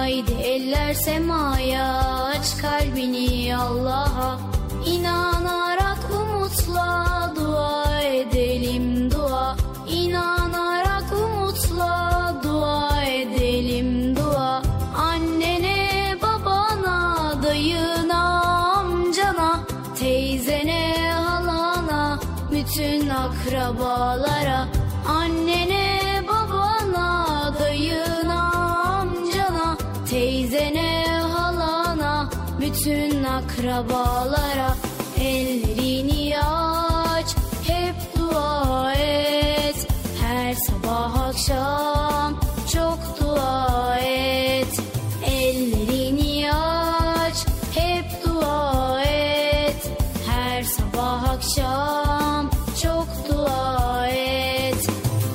Haydi eller semaya, aç kalbini Allah'a. İnanarak umutla dua edelim dua. İnanarak umutla dua edelim dua. Annene, babana, dayına, amcana, teyzene, halana, bütün akrabalara. Annene, babana, dayına, amcana, teyzene, halana, bütün akrabalara. Ellerini aç, hep dua et. Her sabah akşam çok dua et. Ellerini aç, hep dua et. Her sabah akşam çok dua et.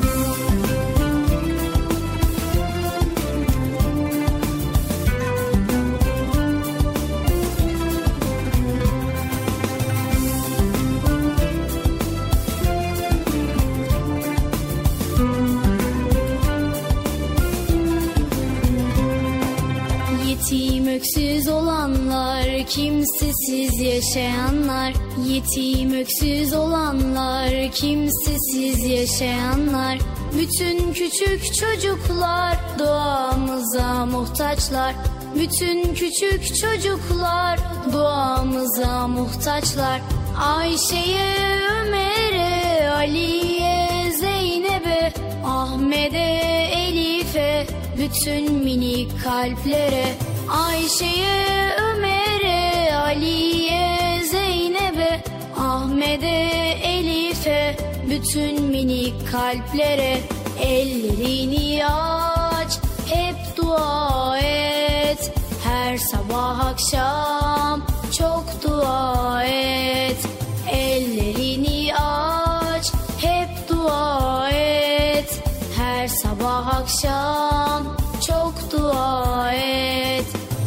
Yetim öksüz olanlar, kimsesiz yaşayanlar. Yetim öksüz olanlar, kimsesiz yaşayanlar. Bütün küçük çocuklar duamıza muhtaçlar. Bütün küçük çocuklar duamıza muhtaçlar. Ayşe'ye, Ömer'e, Ali'ye, Zeynep'e, Ahmet'e, Elif'e, bütün minik kalplere. Ayşe'ye, Ömer'e, Ali'ye, Zeynep'e, Ahmet'e, Elif'e, bütün minik kalplere. Ellerini aç, hep dua et. Her sabah akşam çok dua et. Ellerini aç, hep dua et. Her sabah akşam çok dua et.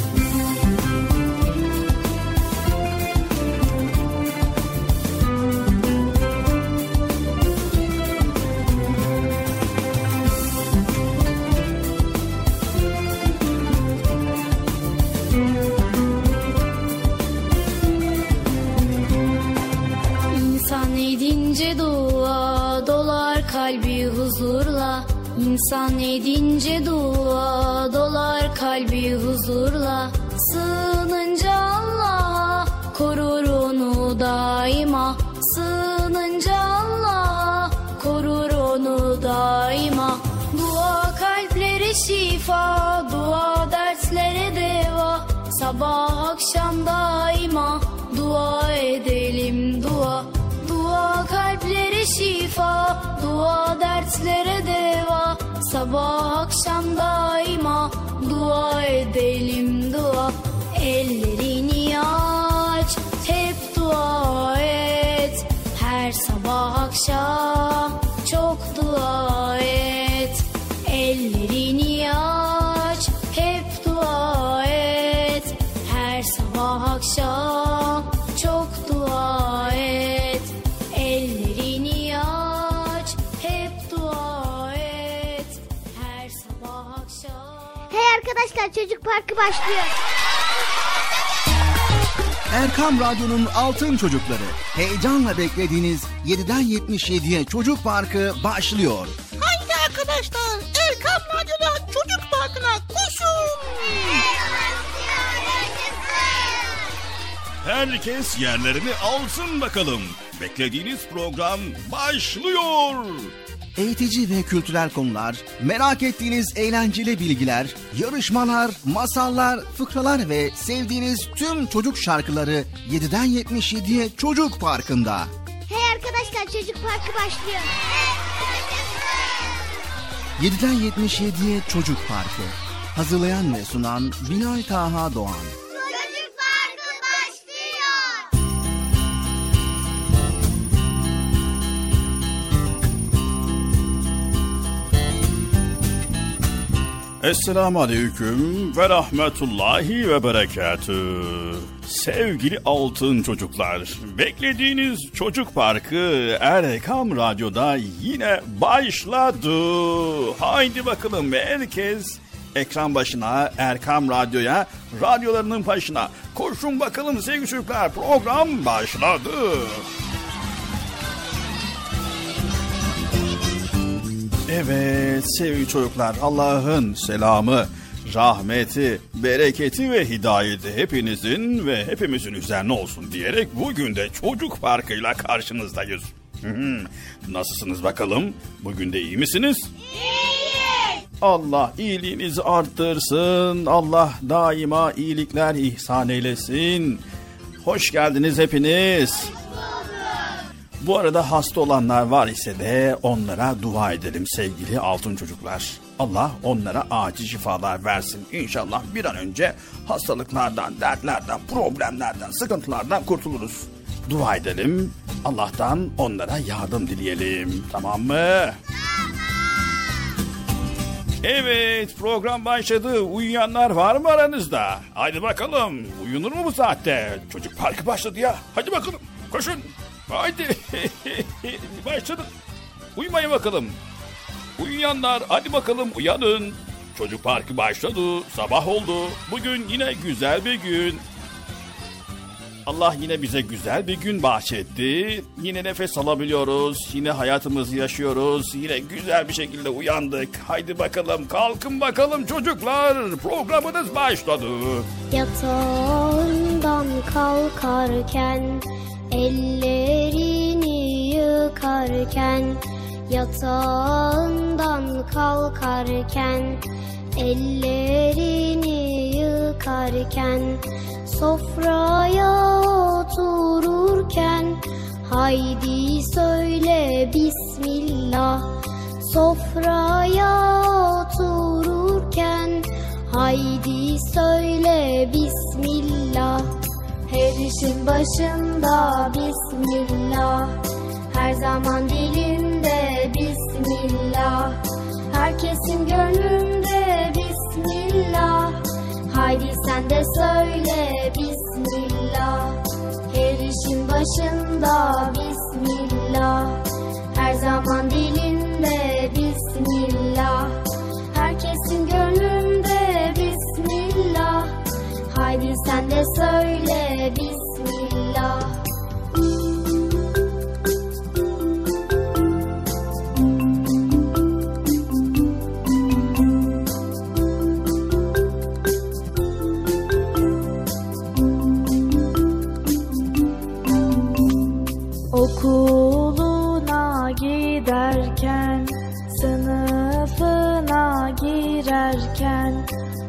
İnsan edince dua dolar kalbi huzurla. İnsan edince dua dolar kalbi huzurla. Sığınınca Allah'a korur onu daima. Sığınınca Allah'a korur onu daima. Dua kalplere şifa, dua dertlere deva. Sabah akşam daima dua edelim dua. Dua kalplere şifa, dua dertlere deva. Sabah akşam daima dua edelim dua. Ellerini aç, hep dua et. Her sabah akşam çok dua et. Ellerini aç, hep dua et. Her sabah akşam çok dua et. Ellerini aç, hep dua et. Her sabah akşam. Hey arkadaşlar, Çocuk Parkı başlıyor. Erkam Radyo'nun Altın Çocukları. Heyecanla beklediğiniz 7'den 77'ye Çocuk Parkı başlıyor. Haydi arkadaşlar, Erkam Radyo'da Çocuk Parkı'na koşun. Herkes yerlerini alsın bakalım. Beklediğiniz program başlıyor. Eğitici ve kültürel konular, merak ettiğiniz eğlenceli bilgiler, yarışmalar, masallar, fıkralar ve sevdiğiniz tüm çocuk şarkıları 7'den 77'ye Çocuk Parkı'nda. Hey arkadaşlar, Çocuk Parkı başlıyor. 7'den 77'ye Çocuk Parkı. Hazırlayan ve sunan Binay Taha Doğan. Çocuk Parkı başlıyor. Esselamu Aleyküm ve Rahmetullahi ve Berekatüh. Sevgili altın çocuklar, beklediğiniz Çocuk Parkı Erkam Radyo'da yine başladı. Haydi bakalım herkes ekran başına, Erkam Radyo'ya, radyolarının başına. Koşun bakalım sevgili çocuklar, program başladı. Evet sevgili çocuklar, Allah'ın selamı, rahmeti, bereketi ve hidayeti hepinizin ve hepimizin üzerine olsun diyerek bugün de Çocuk Parkı'yla karşınızdayız. Nasılsınız bakalım? Bugün de iyi misiniz? İyiyiz. Allah iyiliğinizi arttırsın. Allah daima iyilikler ihsan eylesin. Hoş geldiniz hepiniz. Bu arada hasta olanlar var ise de onlara dua edelim sevgili altın çocuklar. Allah onlara acil şifalar versin. İnşallah bir an önce hastalıklardan, dertlerden, problemlerden, sıkıntılardan kurtuluruz. Dua edelim. Allah'tan onlara yardım dileyelim. Tamam mı? Evet, program başladı. Uyuyanlar var mı aranızda? Haydi bakalım. Uyunur mu bu saatte? Çocuk Parkı başladı ya. Hadi bakalım. Koşun. Haydi. Başladı. Uyumayın bakalım. Uyuyanlar hadi bakalım uyanın. Çocuk Parkı başladı. Sabah oldu. Bugün yine güzel bir gün. Allah yine bize güzel bir gün bahşetti. Yine nefes alabiliyoruz. Yine hayatımızı yaşıyoruz. Yine güzel bir şekilde uyandık. Haydi bakalım kalkın bakalım çocuklar. Programınız başladı. Yatağından kalkarken, ellerini yıkarken, yatağından kalkarken, ellerini yıkarken, sofraya otururken, haydi söyle Bismillah. Sofraya otururken, haydi söyle Bismillah. Her işin başında Bismillah, her zaman dilinde Bismillah, herkesin gönlünde Bismillah. Haydi sen de söyle Bismillah. Her işin başında Bismillah, her zaman dilinde Bismillah, herkesin gönlünde Bismillah. Haydi sen de söyle Bismillah. Okuluna giderken, sınıfına girerken,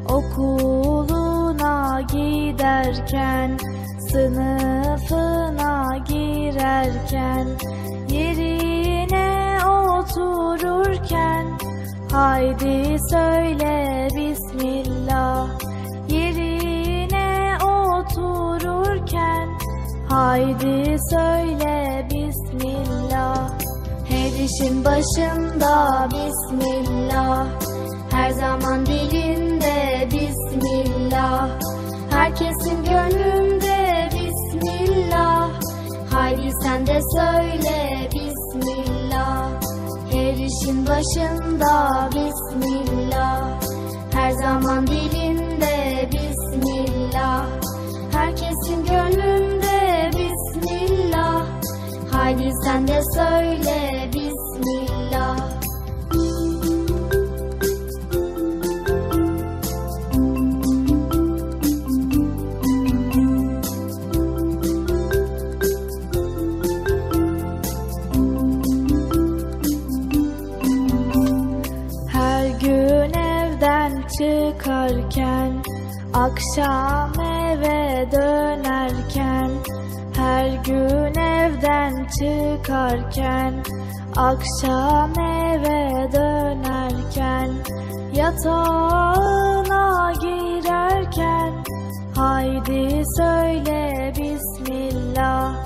okuluna giderken, sınıfına girerken, yerine otururken, haydi söyle Bismillah. Yerine otururken, haydi söyle Bismillah. Her işin başında Bismillah, her zaman dilinde Bismillah, herkesin gönlünde Bismillah. Haydi sen de söyle Bismillah. Her işin başında Bismillah, her zaman dilinde Bismillah, herkesin gönlünde Bismillah. Haydi sen de söyle Bismillah. Her gün evden çıkarken, akşam eve dönerken, her gün evden çıkarken, akşam eve dönerken, yatağına girerken, haydi söyle Bismillah.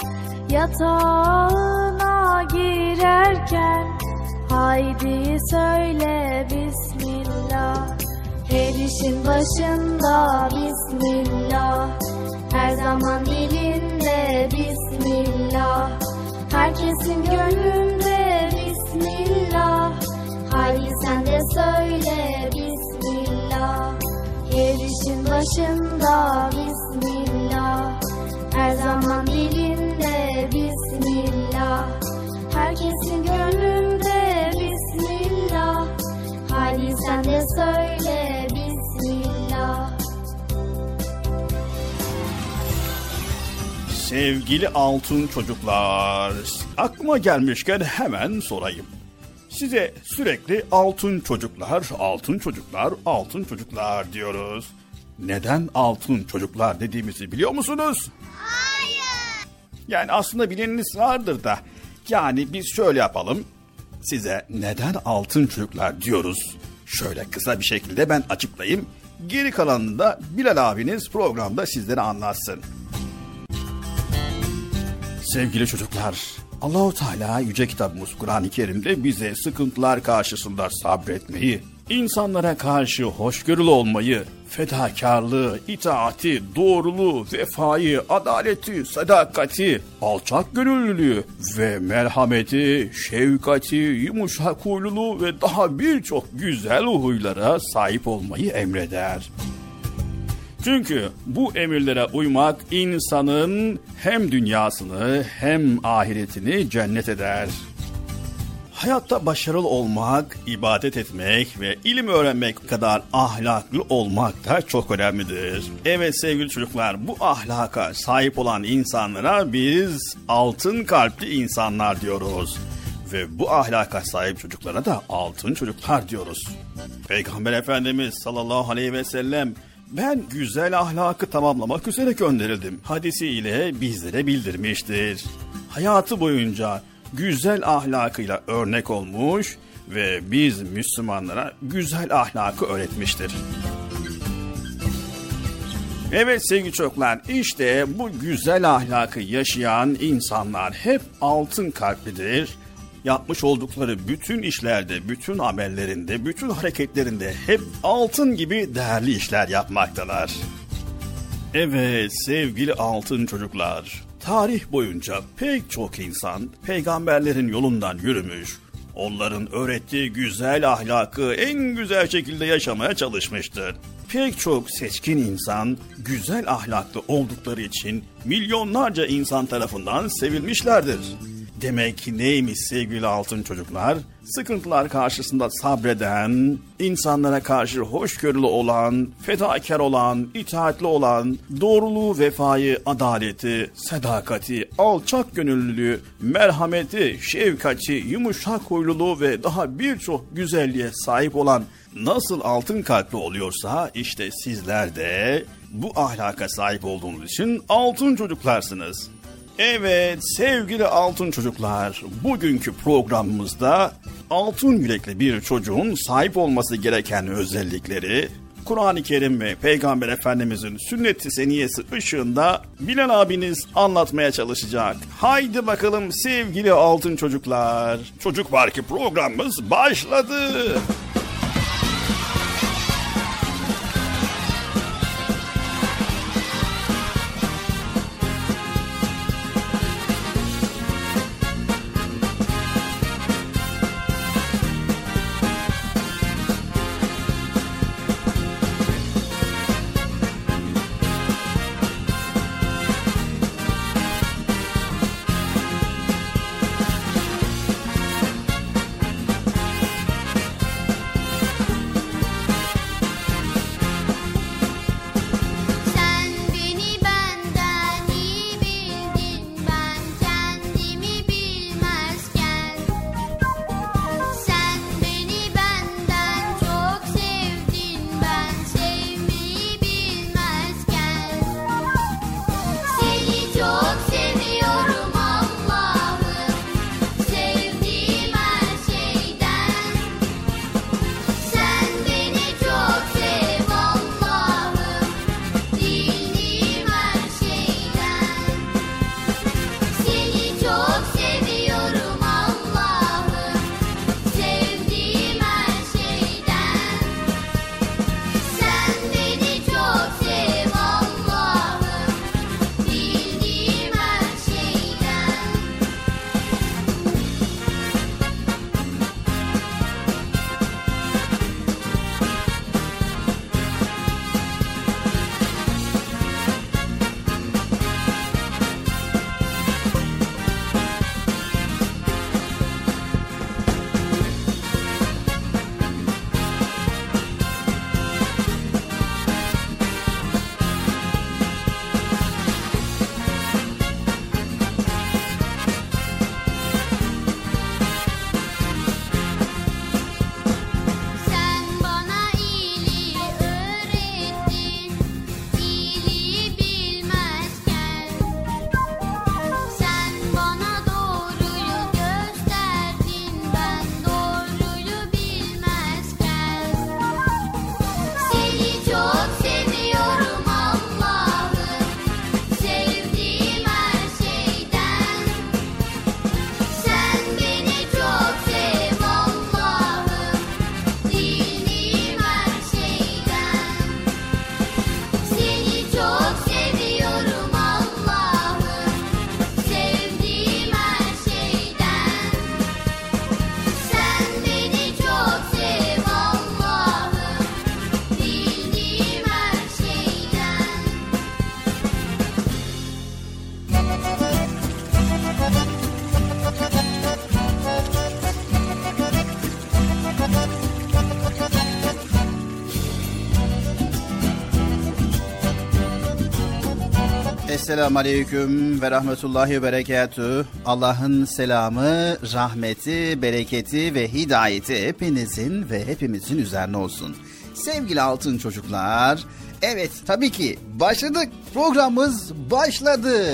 Yatağına girerken, haydi söyle Bismillah. Her işin başında Bismillah, her zaman dilinde Bismillah, herkesin gönlünde Bismillah. Haydi sen de söyle Bismillah. başında Bismillah, her zaman dilinde Bismillah, herkesin gönlünde Bismillah. Haydi sen de söyle Bismillah. Sevgili altın çocuklar, aklıma gelmişken hemen sorayım. Size sürekli altın çocuklar, altın çocuklar, altın çocuklar diyoruz. Neden altın çocuklar dediğimizi biliyor musunuz? Hayır. Yani aslında bileniniz vardır da. Yani biz şöyle yapalım. Size neden altın çocuklar diyoruz? Şöyle kısa bir şekilde ben açıklayayım. Geri kalanını da Bilal abiniz programda sizlere anlatsın. Sevgili çocuklar, Allahu Teala yüce kitabımız Kur'an-ı Kerim'de bize sıkıntılar karşısında sabretmeyi, insanlara karşı hoşgörülü olmayı, fedakarlığı, itaati, doğruluğu, vefayı, adaleti, sadakati, alçak gönüllülüğü ve merhameti, şefkati, yumuşak huyluluğu ve daha birçok güzel huylara sahip olmayı emreder. Çünkü bu emirlere uymak insanın hem dünyasını hem ahiretini cennet eder. Hayatta başarılı olmak, ibadet etmek ve ilim öğrenmek kadar ahlaklı olmak da çok önemlidir. Evet sevgili çocuklar, bu ahlaka sahip olan insanlara biz altın kalpli insanlar diyoruz. Ve bu ahlaka sahip çocuklara da altın çocuklar diyoruz. Peygamber Efendimiz sallallahu aleyhi ve sellem ben güzel ahlakı tamamlamak üzere gönderildim hadisiyle bizlere bildirmiştir. Hayatı boyunca güzel ahlakıyla örnek olmuş ve biz Müslümanlara güzel ahlakı öğretmiştir. Evet sevgili çocuklar, işte bu güzel ahlakı yaşayan insanlar hep altın kalplidir. Yapmış oldukları bütün işlerde, bütün amellerinde, bütün hareketlerinde hep altın gibi değerli işler yapmaktalar. Evet sevgili altın çocuklar, tarih boyunca pek çok insan peygamberlerin yolundan yürümüş, onların öğrettiği güzel ahlakı en güzel şekilde yaşamaya çalışmıştır. Pek çok seçkin insan güzel ahlaklı oldukları için milyonlarca insan tarafından sevilmişlerdir. Demek ki neymiş sevgili altın çocuklar? Sıkıntılar karşısında sabreden, insanlara karşı hoşgörülü olan, fedakar olan, itaatli olan, doğruluğu, vefayı, adaleti, sadakati, alçak gönüllülüğü, merhameti, şefkati, yumuşak huyluluğu ve daha birçok güzelliğe sahip olan nasıl altın kalpli oluyorsa işte sizler de bu ahlaka sahip olduğunuz için altın çocuklarsınız. Evet sevgili altın çocuklar, bugünkü programımızda altın yürekli bir çocuğun sahip olması gereken özellikleri Kur'an-ı Kerim ve Peygamber Efendimizin sünnet-i seniyesi ışığında Bilal abiniz anlatmaya çalışacak. Haydi bakalım sevgili altın çocuklar, Çocuk Parkı programımız başladı. Esselamu Aleyküm ve Rahmetullahi ve Berekatüh. Allah'ın selamı, rahmeti, bereketi ve hidayeti hepinizin ve hepimizin üzerine olsun. Sevgili altın çocuklar, evet tabii ki başladık. Programımız başladı.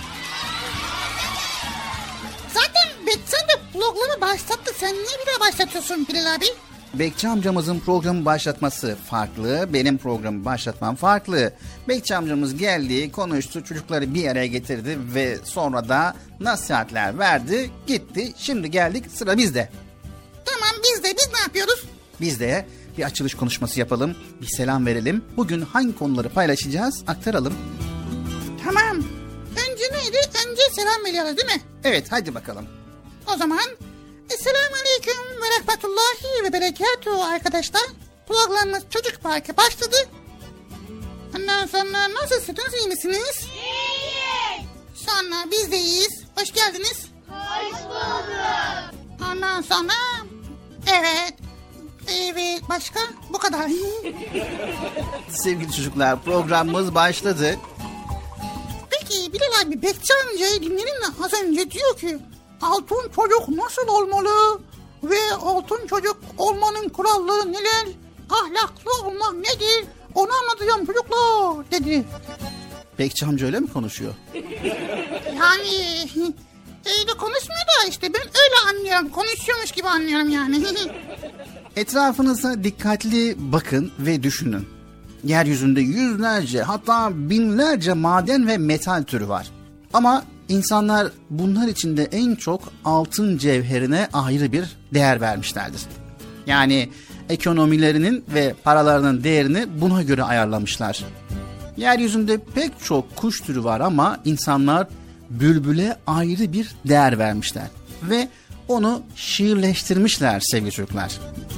Zaten Bekçam da programı başlattı. Sen niye bir daha başlatıyorsun Bilal abi? Bekçi amcamızın programı başlatması farklı, benim programı başlatmam farklı. Bekçi amcamız geldi, konuştu, çocukları bir araya getirdi ve sonra da nasihatler verdi, gitti. Şimdi geldik, sıra bizde. Tamam biz ne yapıyoruz? Biz de bir açılış konuşması yapalım, bir selam verelim. Bugün hangi konuları paylaşacağız, aktaralım. Tamam. Önce neydi? Önce selam veriyoruz değil mi? Evet, hadi bakalım. O zaman Esselamu Aleyküm ve Rahmetullahi ve Berekatuhu arkadaşlar. Programımız Çocuk Parkı başladı. Ondan sonra nasılsınız, iyi misiniz? İyiyiz. Sonra biz de iyiyiz. Hoş geldiniz. Hoş bulduk. Ondan sonra evet başka bu kadar. Sevgili çocuklar, programımız başladı. Peki Bilal abi, Bekçi amcayı dinledin mi? Az önce diyor ki altın çocuk nasıl olmalı ve altın çocuk olmanın kuralları neler, ahlaklı olmak nedir, onu anlatacağım çocuklar dedi. Bekçi amca öyle mi konuşuyor? Yani öyle konuşmuyor da işte ben öyle anlıyorum, konuşuyormuş gibi anlıyorum yani. Etrafınıza dikkatli bakın ve düşünün. Yeryüzünde yüzlerce, hatta binlerce maden ve metal türü var. Ama insanlar bunlar içinde en çok altın cevherine ayrı bir değer vermişlerdir. Yani ekonomilerinin ve paralarının değerini buna göre ayarlamışlar. Yeryüzünde pek çok kuş türü var ama insanlar bülbüle ayrı bir değer vermişler. Ve onu şiirleştirmişler sevgili çocuklar.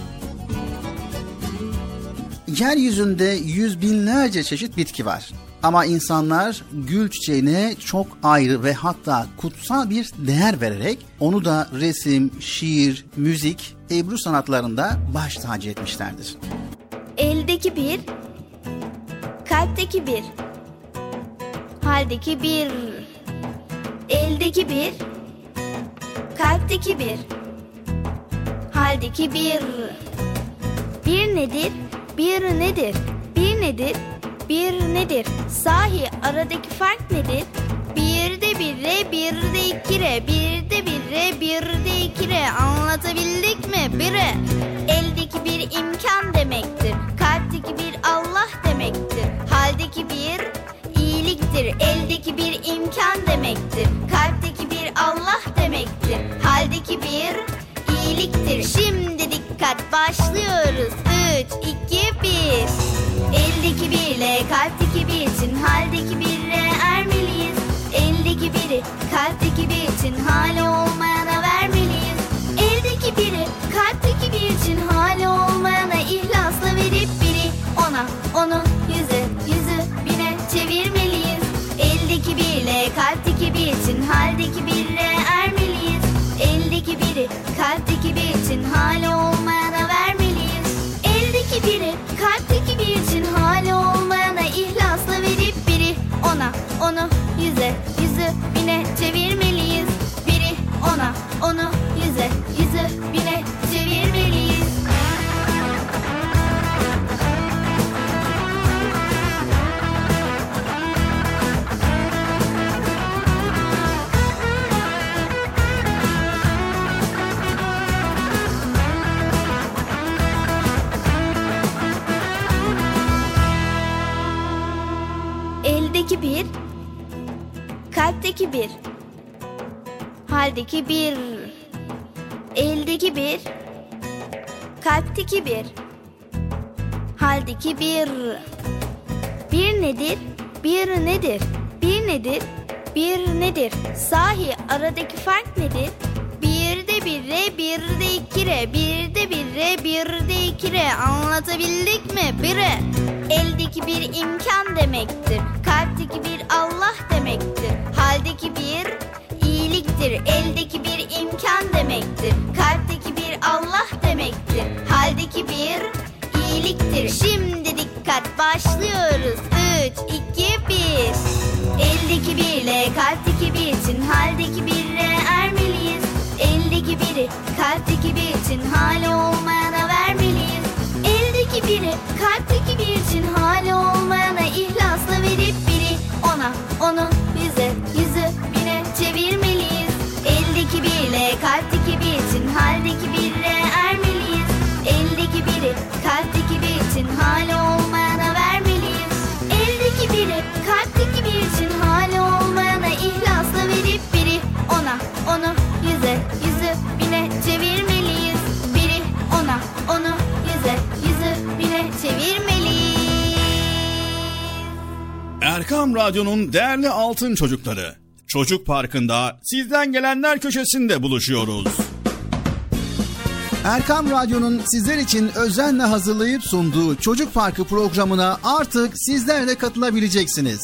Yeryüzünde yüz binlerce çeşit bitki var. Ama insanlar gül çiçeğine çok ayrı ve hatta kutsal bir değer vererek onu da resim, şiir, müzik, ebru sanatlarında baş tacı etmişlerdir. Eldeki bir, kalpteki bir, haldeki bir. Eldeki bir, kalpteki bir, haldeki bir. Bir nedir, bir nedir, bir nedir, bir nedir? Sahi aradaki fark nedir? Bir de bire, bir de ikire, bir de bire, bir de ikire. Anlatabildik mi? Bire. Eldeki bir imkan demektir. Kalpteki bir Allah demektir. Haldeki bir iyiliktir. Eldeki bir imkan demektir. Kalpteki bir Allah demektir. Haldeki bir iyiliktir. Şimdi dikkat, başlıyoruz. 3, 2, 1. Eldeki birle kalpteki bir için haldeki birle ermeliyiz. Eldeki biri kalpteki bir için hali olmayana vermeliyiz. Eldeki biri kalpteki bir için hali olmayana ihlasla verip biri ona, onu yüze, yüzü bine çevirmeliyiz. Eldeki birle kalpteki bir için haldeki birle ermeliyiz. Eldeki biri kalpteki bir için hali olmayana vermeliyiz. Eldeki biri kalpteki bir için hali olmayana ihlasla verip biri ona, onu yüze, yüzü bine çevirmeliyiz. Biri ona, onu yüze, yüzü bine çevirmeliyiz. Eldeki bir, kalpteki bir, haldeki bir. Eldeki bir, kalpteki bir, haldeki bir. Bir nedir, bir nedir, bir nedir, bir nedir? Sahi aradaki fark nedir? Bir de bire, bir de ikire, bir de bire, bir de ikire. Anlatabildik mi? Bire. Eldeki bir imkan demektir. Kalpteki bir Allah demektir. Haldeki bir iyiliktir. Eldeki bir imkan demektir. Kalpteki bir Allah demektir. Haldeki bir iyiliktir. Şimdi dikkat, başlıyoruz. 3, 2, 1. Eldeki Erkam Radyo'nun değerli altın çocukları, Çocuk Parkı'nda sizden gelenler köşesinde buluşuyoruz. Erkam Radyo'nun sizler için özenle hazırlayıp sunduğu Çocuk Parkı programına artık sizler de katılabileceksiniz.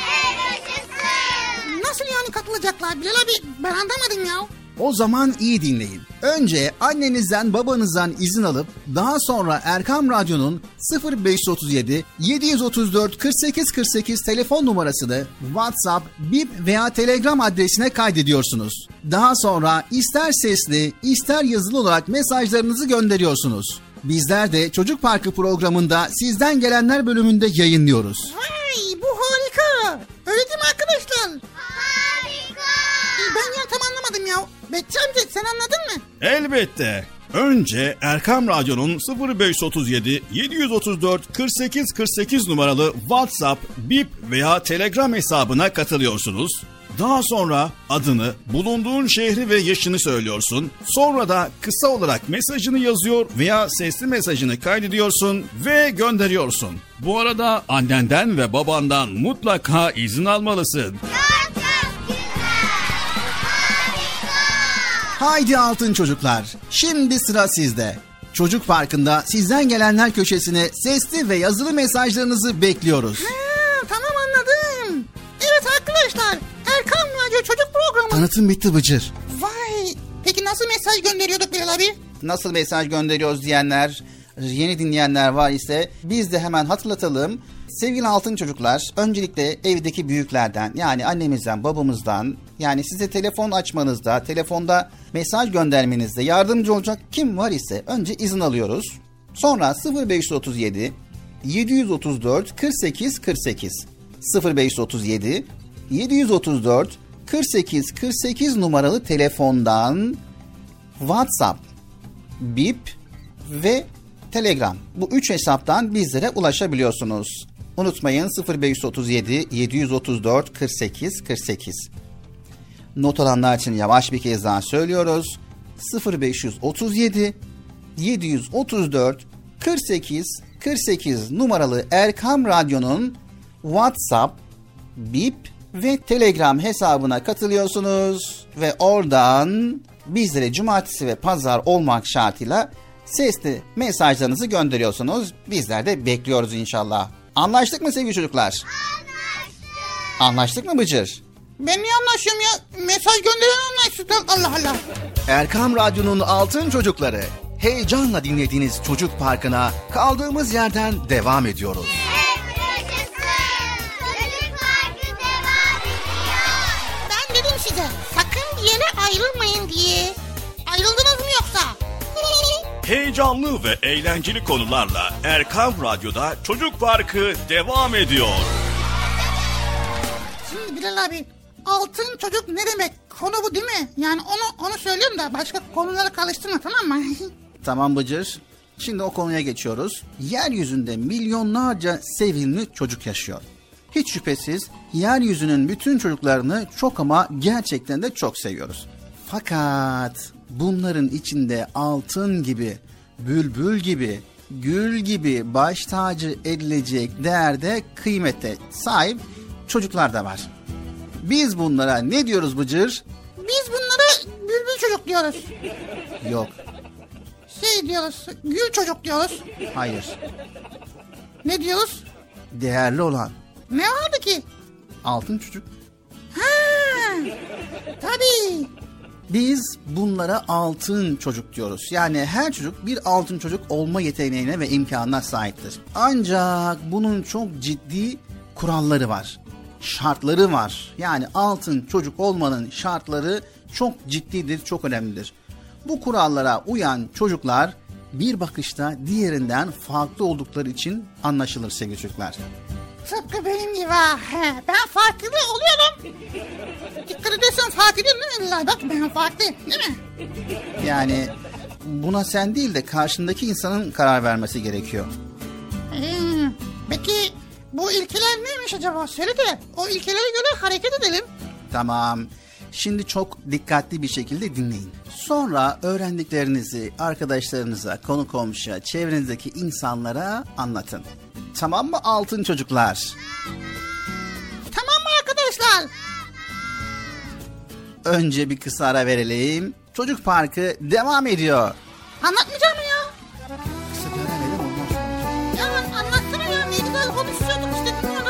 Nasıl yani katılacaklar Bilal abi? Ben anlamadım ya. O zaman iyi dinleyin. Önce annenizden babanızdan izin alıp daha sonra Erkam Radyo'nun 0537 734 48 48 telefon numarasını WhatsApp, Bip veya Telegram adresine kaydediyorsunuz. Daha sonra ister sesli ister yazılı olarak mesajlarınızı gönderiyorsunuz. Bizler de Çocuk Parkı programında sizden gelenler bölümünde yayınlıyoruz. Vay, bu harika. Öyle değil mi arkadaşlar? Harika. Ben ya tam anlamadım ya. Bekçi amca sen anladın mı? Elbette. Önce Erkam Radyo'nun 0537 734 48 48 numaralı WhatsApp, Bip veya Telegram hesabına katılıyorsunuz. Daha sonra adını, bulunduğun şehri ve yaşını söylüyorsun. Sonra da kısa olarak mesajını yazıyor veya sesli mesajını kaydediyorsun ve gönderiyorsun. Bu arada annenden ve babandan mutlaka izin almalısın. Haydi altın çocuklar, şimdi sıra sizde. Çocuk Parkı'nda sizden gelenler köşesine sesli ve yazılı mesajlarınızı bekliyoruz. Tamam anladım. Evet arkadaşlar, Erkam Radyo Çocuk Programı. Tanıtım bitti Bıcır. Vay, peki nasıl mesaj gönderiyorduk Bilal abi? Nasıl mesaj gönderiyoruz diyenler, yeni dinleyenler var ise biz de hemen hatırlatalım. Sevgili altın çocuklar, öncelikle evdeki büyüklerden, yani annemizden, babamızdan, yani size telefon açmanızda, telefonda mesaj göndermenizde yardımcı olacak kim var ise önce izin alıyoruz. Sonra 0537 734 48 48 0537 734 48 48 numaralı telefondan WhatsApp, Bip ve Telegram. Bu 3 hesaptan bizlere ulaşabiliyorsunuz. Unutmayın 0537 734 48 48. Not alanlar için yavaş bir kez daha söylüyoruz. 0537 734 48 48 numaralı Erkam Radyo'nun WhatsApp, Bip ve Telegram hesabına katılıyorsunuz ve oradan bizlere cumartesi ve pazar olmak şartıyla sesli mesajlarınızı gönderiyorsunuz. Bizler de bekliyoruz inşallah. Anlaştık mı sevgili çocuklar? Anlaştık. Anlaştık mı Bıcır? Ben niye anlaşıyorum ya? Mesaj gönderen anlaştık. Allah Allah. Erkam Radyo'nun altın çocukları, heyecanla dinlediğiniz Çocuk Parkı'na kaldığımız yerden devam ediyoruz. Çocuk Parkı devam ediyor. Ben dedim size sakın bir yere ayrılmayın diye. Ayrıldınız mı yoksa? Heyecanlı ve eğlenceli konularla Erkam Radyo'da Çocuk Parkı devam ediyor. Şimdi Bilal abi, altın çocuk ne demek? Konu bu değil mi? Yani onu söylüyorum da başka konuları karıştırma, tamam mı? Tamam Bıcır. Şimdi o konuya geçiyoruz. Yeryüzünde milyonlarca sevimli çocuk yaşıyor. Hiç şüphesiz yeryüzünün bütün çocuklarını çok ama gerçekten de çok seviyoruz. Fakat bunların içinde altın gibi, bülbül gibi, gül gibi baş tacı edilecek değerde, kıymete sahip çocuklar da var. Biz bunlara ne diyoruz Bıcır? Biz bunlara bülbül çocuk diyoruz. Yok, Şey diyoruz, gül çocuk diyoruz. hayır. Ne diyoruz? Değerli olan Ne vardı ki? altın çocuk. Ha, tabii. Biz bunlara altın çocuk diyoruz. Yani her çocuk bir altın çocuk olma yeteneğine ve imkanına sahiptir. Ancak bunun çok ciddi kuralları var. Şartları var. Yani altın çocuk olmanın şartları çok ciddidir, çok önemlidir. Bu kurallara uyan çocuklar bir bakışta diğerinden farklı oldukları için anlaşılır sevgili çocuklar. Tıpkı benim gibi ha. Ben farklı oluyorum. Dikkat edersen fark ediyorum değil mi Bilal? Bak ben farklı değil mi? Yani buna sen değil de karşındaki insanın karar vermesi gerekiyor. Peki bu ilkeler neymiş acaba? Söyle de o ilkelere göre hareket edelim. Tamam. Şimdi çok dikkatli bir şekilde dinleyin. Sonra öğrendiklerinizi arkadaşlarınıza, konu komşuya, çevrenizdeki insanlara anlatın. Tamam mı altın çocuklar? önce bir kısa ara verelim. Çocuk Parkı devam ediyor. Anlatmayacağım mı ya? Kısa bir ara verelim ondan sonra. Ya anlatsana ya. Ne güzel konuşuyorduk işte, dinliyorduk.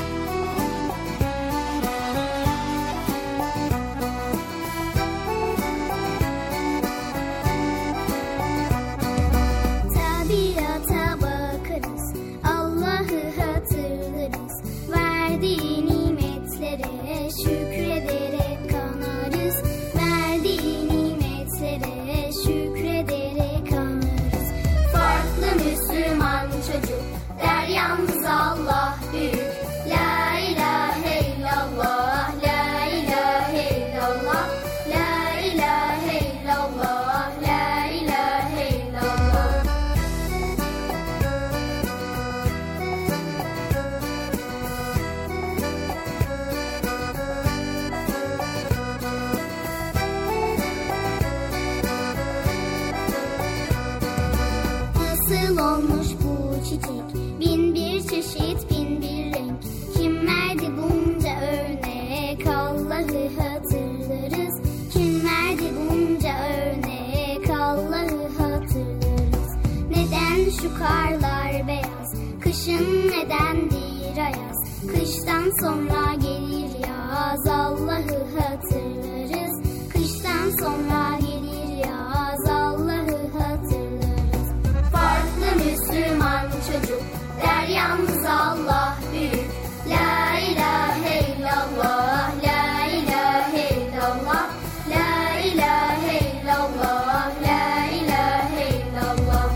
Tabiata bakarız, Allah'ı hatırlarız. Verdiği nimetlere şükrederek kanarız. Verdiği nimetlere şükrederek kanarız. Farklı Müslüman çocuk der yalnız Allah büyük. La ilahe illallah, la ilahe illallah, la ilahe illallah, la ilahe illallah. Nasıl olmuş bu çiçek? Bin bir çeşit, bin bir renk. Kim verdi bunca örnek? Allah'ı hatırlarız. Kim verdi bunca örnek? Allah'ı hatırlarız. Neden şu karlar beyaz? Kışın nedendir ayaz? Kıştan sonra gelir yaz. Allah'ı hatırlarız. Kıştan sonra gelir yaz. Allah'ı hatırlarız. Farklı Müslüman çocuk der yalnız Allah büyük. La ilahe illallah, la ilahe illallah, la ilahe illallah, la ilahe illallah.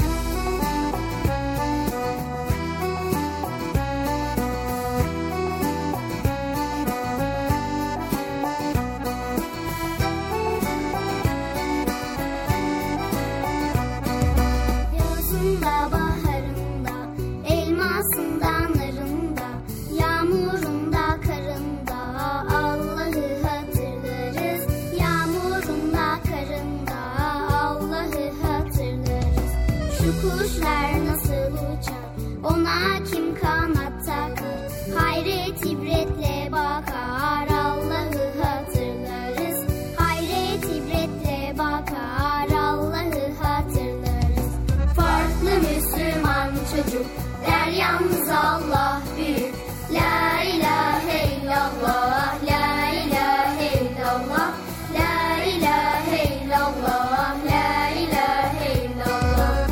Yazında, baharında, elmasında, narında, yağmurunda, karında Allah'ı hatırlarız. Yağmurunda, karında Allah'ı hatırlarız. Şu kuşlar nasıl uçar, ona kim kanat takar? Hayret ibretle bakar, Allah'ı hatırlarız. Hayret ibretle bakar, Allah'ı hatırlarız. Farklı Müslüman çocuk der yalnız Allah büyük. La ilahe illallah, la ilahe illallah, la ilahe illallah, la ilahe illallah.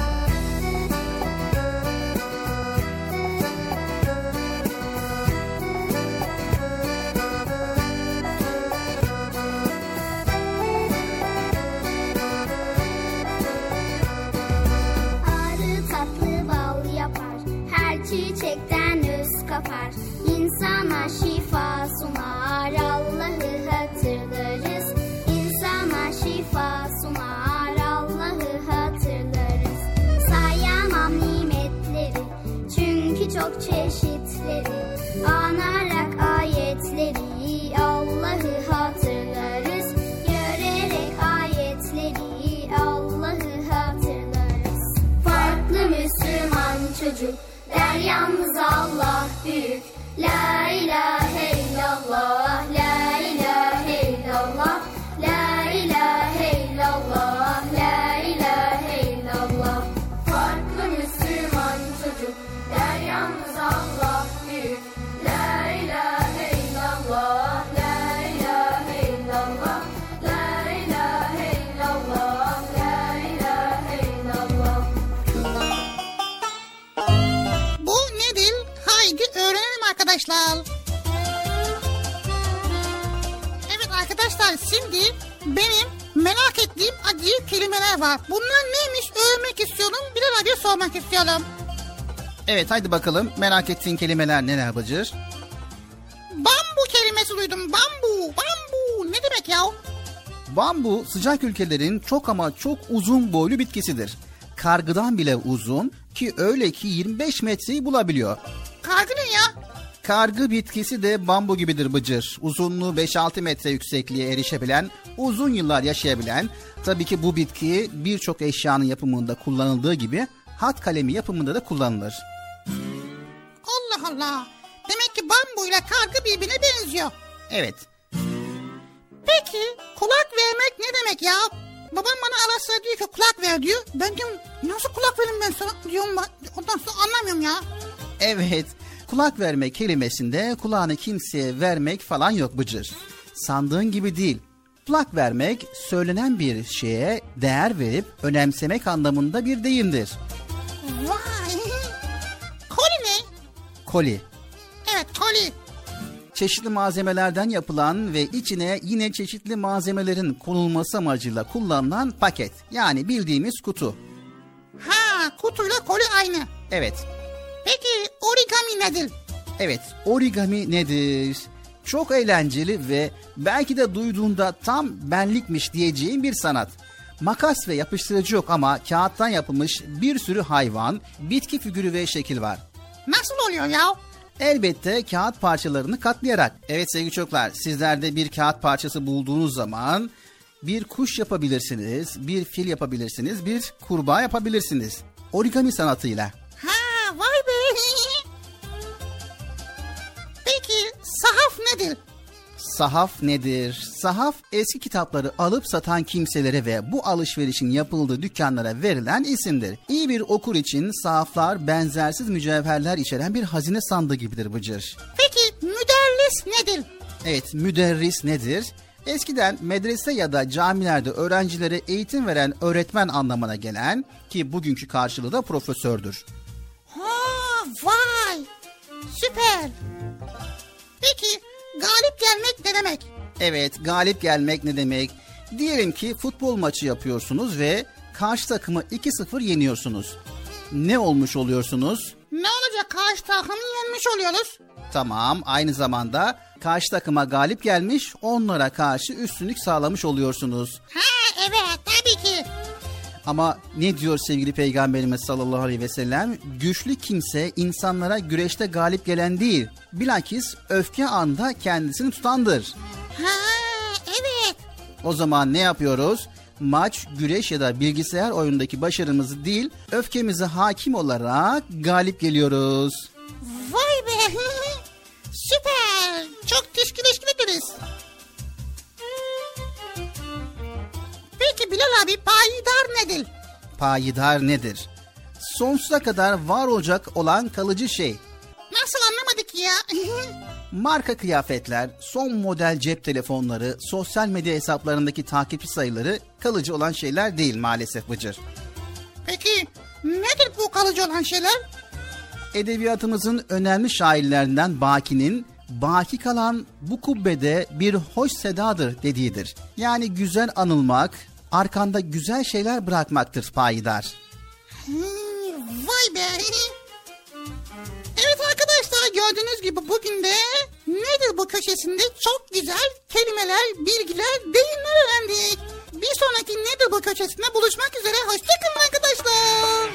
Arı tatlı bal yapar, her çiçekten öz kapar. İnsana şifa sunar, Allah'ı hatırlarız. İnsana şifa sunar, Allah'ı hatırlarız. Sayamam nimetleri, çünkü çok çeşitleri. Anarak ayetleri, Allah'ı hatırlarız. Görerek ayetleri, Allah'ı hatırlarız. Farklı Müslüman çocuk der yalnız Allah büyük. La ilahe illallah, la ilahe illallah, la ilahe illallah, la ilahe illallah. Farklı Müslüman çocuk der yalnız Allah büyük. La ilahe illallah, la ilahe illallah, la ilahe illallah, la ilahe illallah. Bu nedir? Haydi öğrenelim arkadaşlar. Evet arkadaşlar, şimdi benim merak ettiğim acı kelimeler var. Bunlar neymiş öğrenmek istiyorum. Bilal abiye sormak istiyorum. Evet haydi bakalım, merak ettiğin kelimeler neler Bıcır? Bambu kelimesi duydum. Bambu, bambu. Ne demek ya? Bambu sıcak ülkelerin çok ama çok uzun boylu bitkisidir. Kargıdan bile uzun ki öyle ki 25 metreyi bulabiliyor. Kargı ne ya? Kargı bitkisi de bambu gibidir Bıcır. Uzunluğu 5-6 metre yüksekliğe erişebilen, uzun yıllar yaşayabilen, tabii ki bu bitki birçok eşyanın yapımında kullanıldığı gibi hat kalemi yapımında da kullanılır. Allah Allah. Demek ki bambu ile kargı birbirine benziyor. Evet. Peki kulak vermek ne demek ya? Babam bana ara sıra diyor ki kulak ver diyor. Ben diyorum nasıl kulak vereyim ben sana diyorum, ondan sonra anlamıyorum ya. Evet, kulak verme kelimesinde kulağını kimseye vermek falan yok Bıcır. Sandığın gibi değil. Kulak vermek söylenen bir şeye değer verip önemsemek anlamında bir deyimdir. Vay. Koli ne? Koli. Evet koli. Çeşitli malzemelerden yapılan ve içine yine çeşitli malzemelerin konulması amacıyla kullanılan paket. Yani bildiğimiz kutu. Ha, kutuyla koli aynı. Evet. Peki origami nedir? Evet, origami nedir? Çok eğlenceli ve belki de duyduğunda tam benlikmiş diyeceğin bir sanat. Makas ve yapıştırıcı yok ama kağıttan yapılmış bir sürü hayvan, bitki figürü ve şekil var. Nasıl oluyor ya? Elbette kağıt parçalarını katlayarak. Evet sevgili çocuklar, sizler de bir kağıt parçası bulduğunuz zaman bir kuş yapabilirsiniz, bir fil yapabilirsiniz, bir kurbağa yapabilirsiniz. Origami sanatıyla. Ha, vay be. Peki sahaf nedir? Sahaf nedir? Sahaf eski kitapları alıp satan kimselere ve bu alışverişin yapıldığı dükkanlara verilen isimdir. İyi bir okur için sahaflar benzersiz mücevherler içeren bir hazine sandığı gibidir Bıcır. Peki müderris nedir? Evet, müderris nedir? Eskiden medrese ya da camilerde öğrencilere eğitim veren öğretmen anlamına gelen ki bugünkü karşılığı da profesördür. Ha, vay. Süper. Peki galip gelmek ne demek? Evet, galip gelmek ne demek? Diyelim ki futbol maçı yapıyorsunuz ve karşı takımı 2-0 yeniyorsunuz. Ne olmuş oluyorsunuz? Ne olacak, karşı takımı yenmiş oluyoruz. Tamam, aynı zamanda karşı takıma galip gelmiş, onlara karşı üstünlük sağlamış oluyorsunuz. Ha, evet tabii ki. Ama ne diyor sevgili Peygamberimiz sallallahu aleyhi ve sellem? Güçlü kimse insanlara güreşte galip gelen değil, bilakis öfke anda kendisini tutandır. Ha, evet. O zaman ne yapıyoruz? Maç, güreş ya da bilgisayar oyundaki başarımızı değil, öfkemize hakim olarak galip geliyoruz. Vay be. Süper. Çok teşekkür ederiz. Peki Bilal abi, payidar nedir? Payidar nedir? Sonsuza kadar var olacak olan kalıcı şey. Nasıl, anlamadık ya? Marka kıyafetler, son model cep telefonları, sosyal medya hesaplarındaki takipçi sayıları kalıcı olan şeyler değil maalesef Bıcır. Peki nedir bu kalıcı olan şeyler? Edebiyatımızın önemli şairlerinden Baki'nin "Baki kalan bu kubbede bir hoş sedadır" dediğidir. Yani güzel anılmak, arkanda güzel şeyler bırakmaktır payidar. Vay be. Evet arkadaşlar, gördüğünüz gibi bugün de nedir bu köşesinde çok güzel kelimeler, bilgiler, deyimler öğrendik. Bir sonraki nedir bu köşesinde buluşmak üzere. Hoşçakalın arkadaşlar.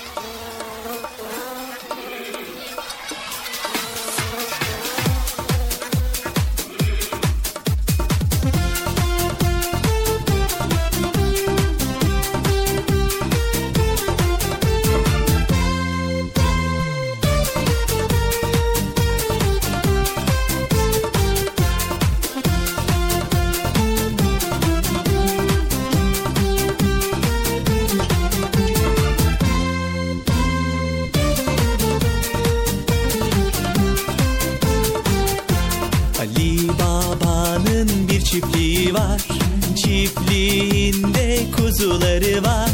Çiftliği var, çiftliğinde kuzuları var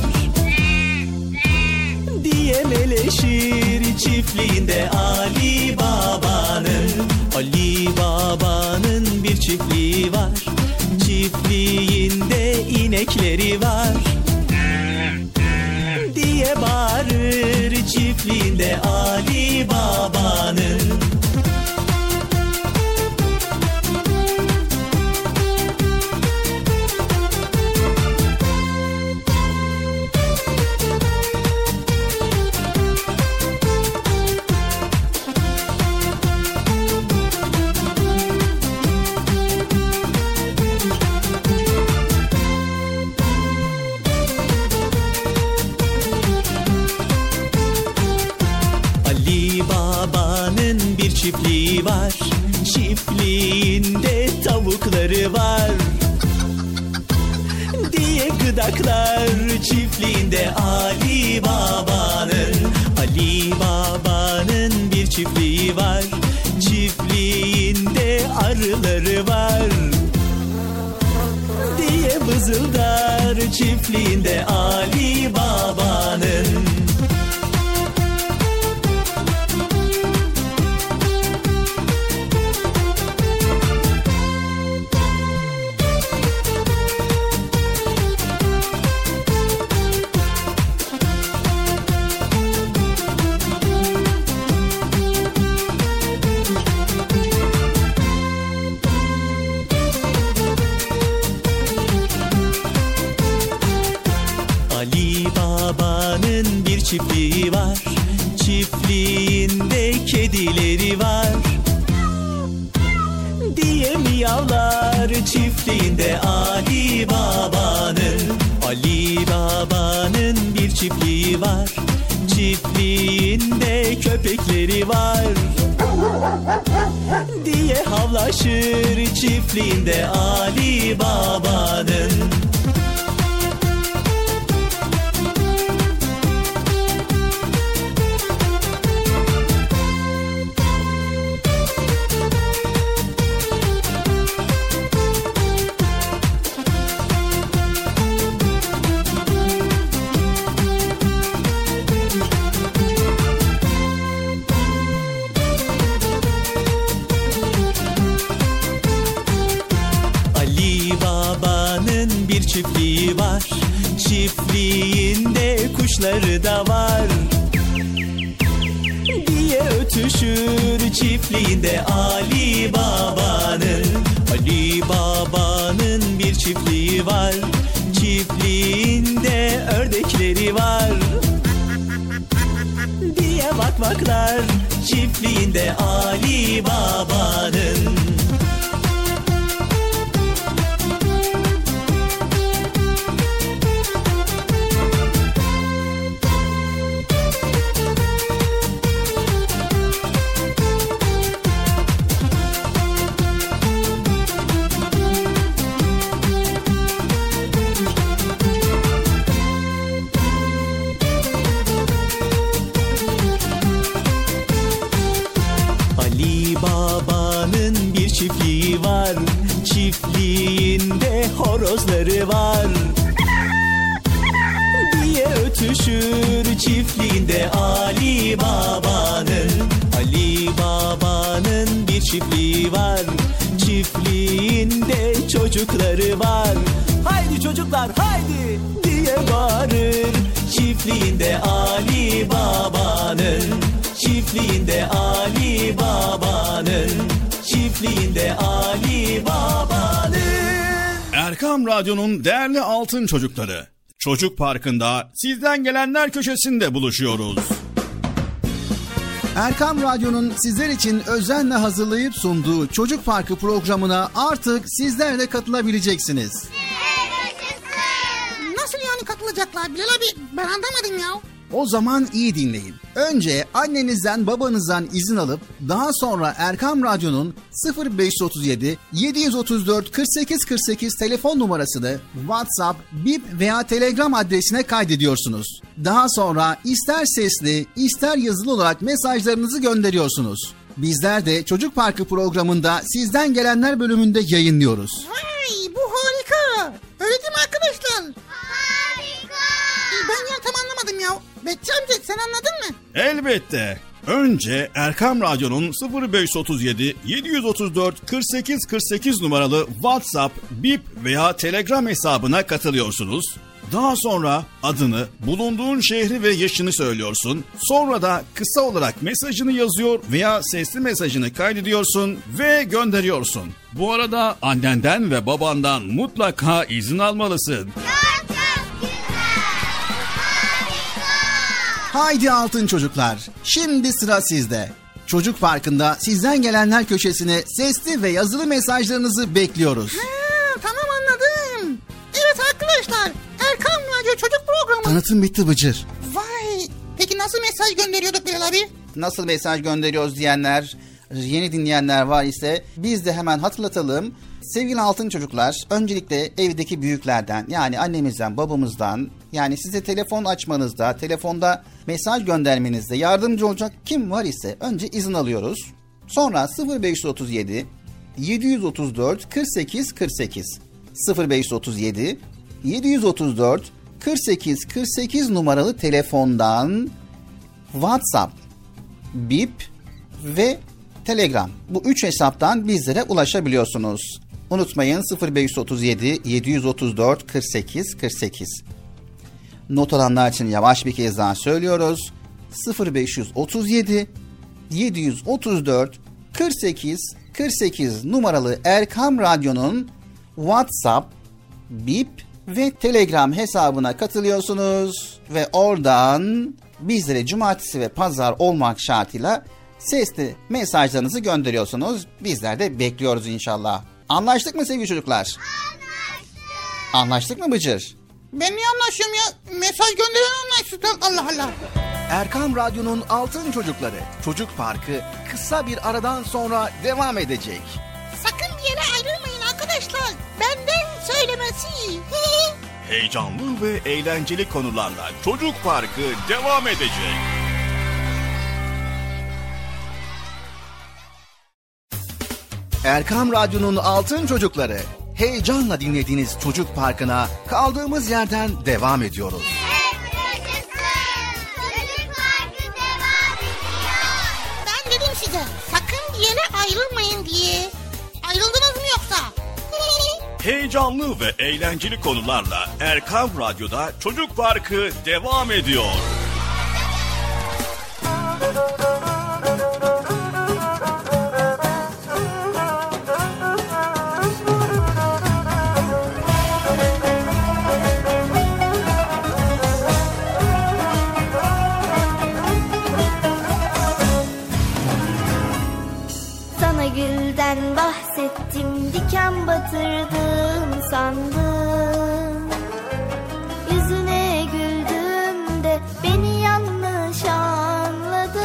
diye meleşir çiftliğinde Ali Baba'nın. Ali Baba'nın bir çiftliği var, çiftliğinde inekleri var diye bağırır çiftliğinde Ali Baba'nın. Çiftliği var, çiftliğinde tavukları var bardaklar çiftliğinde Ali Baba'nın. Ali Baba'nın bir çiftliği var, çiftliğinde arıları var diye vızıldar çiftliğinde Ali Baba'nın. Çiftliği var, çiftliğinde kedileri var diye miyavlar çiftliğinde Ali Baba'nın. Ali Baba'nın bir çiftliği var, çiftliğinde köpekleri var diye havlaşır çiftliğinde Ali Baba'nın. Çiftliği var, çiftliğinde kuşları da var diye ötüşür çiftliğinde Ali Baba'nın. Ali Baba'nın bir çiftliği var, çiftliğinde ördekleri var diye bakmaklar çiftliğinde Ali Baba'nın. Çiftliği var, çiftliğinde horozları var diye ötüşür çiftliğinde Ali Baba'nın. Ali Baba'nın bir çiftliği var, çiftliğinde çocukları var. Haydi çocuklar haydi diye bağırır çiftliğinde Ali Baba'nın. Çiftliğinde Ali Baba'nın. Çiftliğinde Ali Baba'nın. Erkam Radyo'nun değerli altın çocukları, Çocuk Parkı'nda sizden gelenler köşesinde buluşuyoruz. Erkam Radyo'nun sizler için özenle hazırlayıp sunduğu Çocuk Parkı programına artık sizler de katılabileceksiniz. Nasıl yani katılacaklar Bilal abi? Ben anlamadım ya. O zaman iyi dinleyin. Önce annenizden babanızdan izin alıp daha sonra Erkam Radyo'nun 0537 734 48 48 telefon numarasını WhatsApp, Bip veya Telegram adresine kaydediyorsunuz. Daha sonra ister sesli ister yazılı olarak mesajlarınızı gönderiyorsunuz. Bizler de Çocuk Parkı programında sizden gelenler bölümünde yayınlıyoruz. Vay, bu harika. Öyle değil mi arkadaşlar? Harika. Ben ya tam anlamadım ya. Bekçi amca sen anladın mı? Elbette. Önce Erkam Radyo'nun 0537 734 48 48 numaralı WhatsApp, Bip veya Telegram hesabına katılıyorsunuz. Daha sonra adını, bulunduğun şehri ve yaşını söylüyorsun. Sonra da kısa olarak mesajını yazıyor veya sesli mesajını kaydediyorsun ve gönderiyorsun. Bu arada annenden ve babandan mutlaka izin almalısın. Haydi altın çocuklar, şimdi sıra sizde. Çocuk Parkı'nda sizden gelenler köşesine sesli ve yazılı mesajlarınızı bekliyoruz. Tamam anladım. Evet arkadaşlar, Erkam Radyo Çocuk Programı. Tanıtım bitti Bıcır. Vay, peki nasıl mesaj gönderiyorduk Bilal abi? Nasıl mesaj gönderiyoruz diyenler, yeni dinleyenler var ise biz de hemen hatırlatalım. Sevgili altın çocuklar, öncelikle evdeki büyüklerden, yani annemizden, babamızdan, yani size telefon açmanızda, telefonda mesaj göndermenizde yardımcı olacak kim var ise önce izin alıyoruz. Sonra 0537 734 48 48 0537 734 48 48 numaralı telefondan WhatsApp, Bip ve Telegram, bu 3 hesaptan bizlere ulaşabiliyorsunuz. Unutmayın, 0537 734 48 48. Not alanlar için yavaş bir kez daha söylüyoruz. 0537 734 48 48 numaralı Erkam Radyo'nun WhatsApp, Bip ve Telegram hesabına katılıyorsunuz ve oradan bizlere cumartesi ve pazar olmak şartıyla sesli mesajlarınızı gönderiyorsunuz. Bizler de bekliyoruz inşallah. Anlaştık mı sevgili çocuklar? Anlaştık. Anlaştık mı Bıcır? Ben niye anlaşıyorum ya? Mesaj gönderen anlaştık. Allah Allah. Erkam Radyo'nun Altın Çocukları Çocuk Parkı kısa bir aradan sonra devam edecek. Sakın bir yere ayrılmayın arkadaşlar. Benden söylemesi. Heyecanlı ve eğlenceli konularla Çocuk Parkı devam edecek. Erkam Radyo'nun Altın Çocukları, heyecanla dinlediğiniz Çocuk Parkı'na kaldığımız yerden devam ediyoruz. Çocuk Parkı devam ediyor. Ben dedim size sakın bir yere ayrılmayın diye. Ayrıldınız mı yoksa? Heyecanlı ve eğlenceli konularla Erkam Radyo'da Çocuk Parkı devam ediyor. Sana gülden bahsettim, diken batırdım sandım. Yüzüne güldüm de beni yanlış anladın.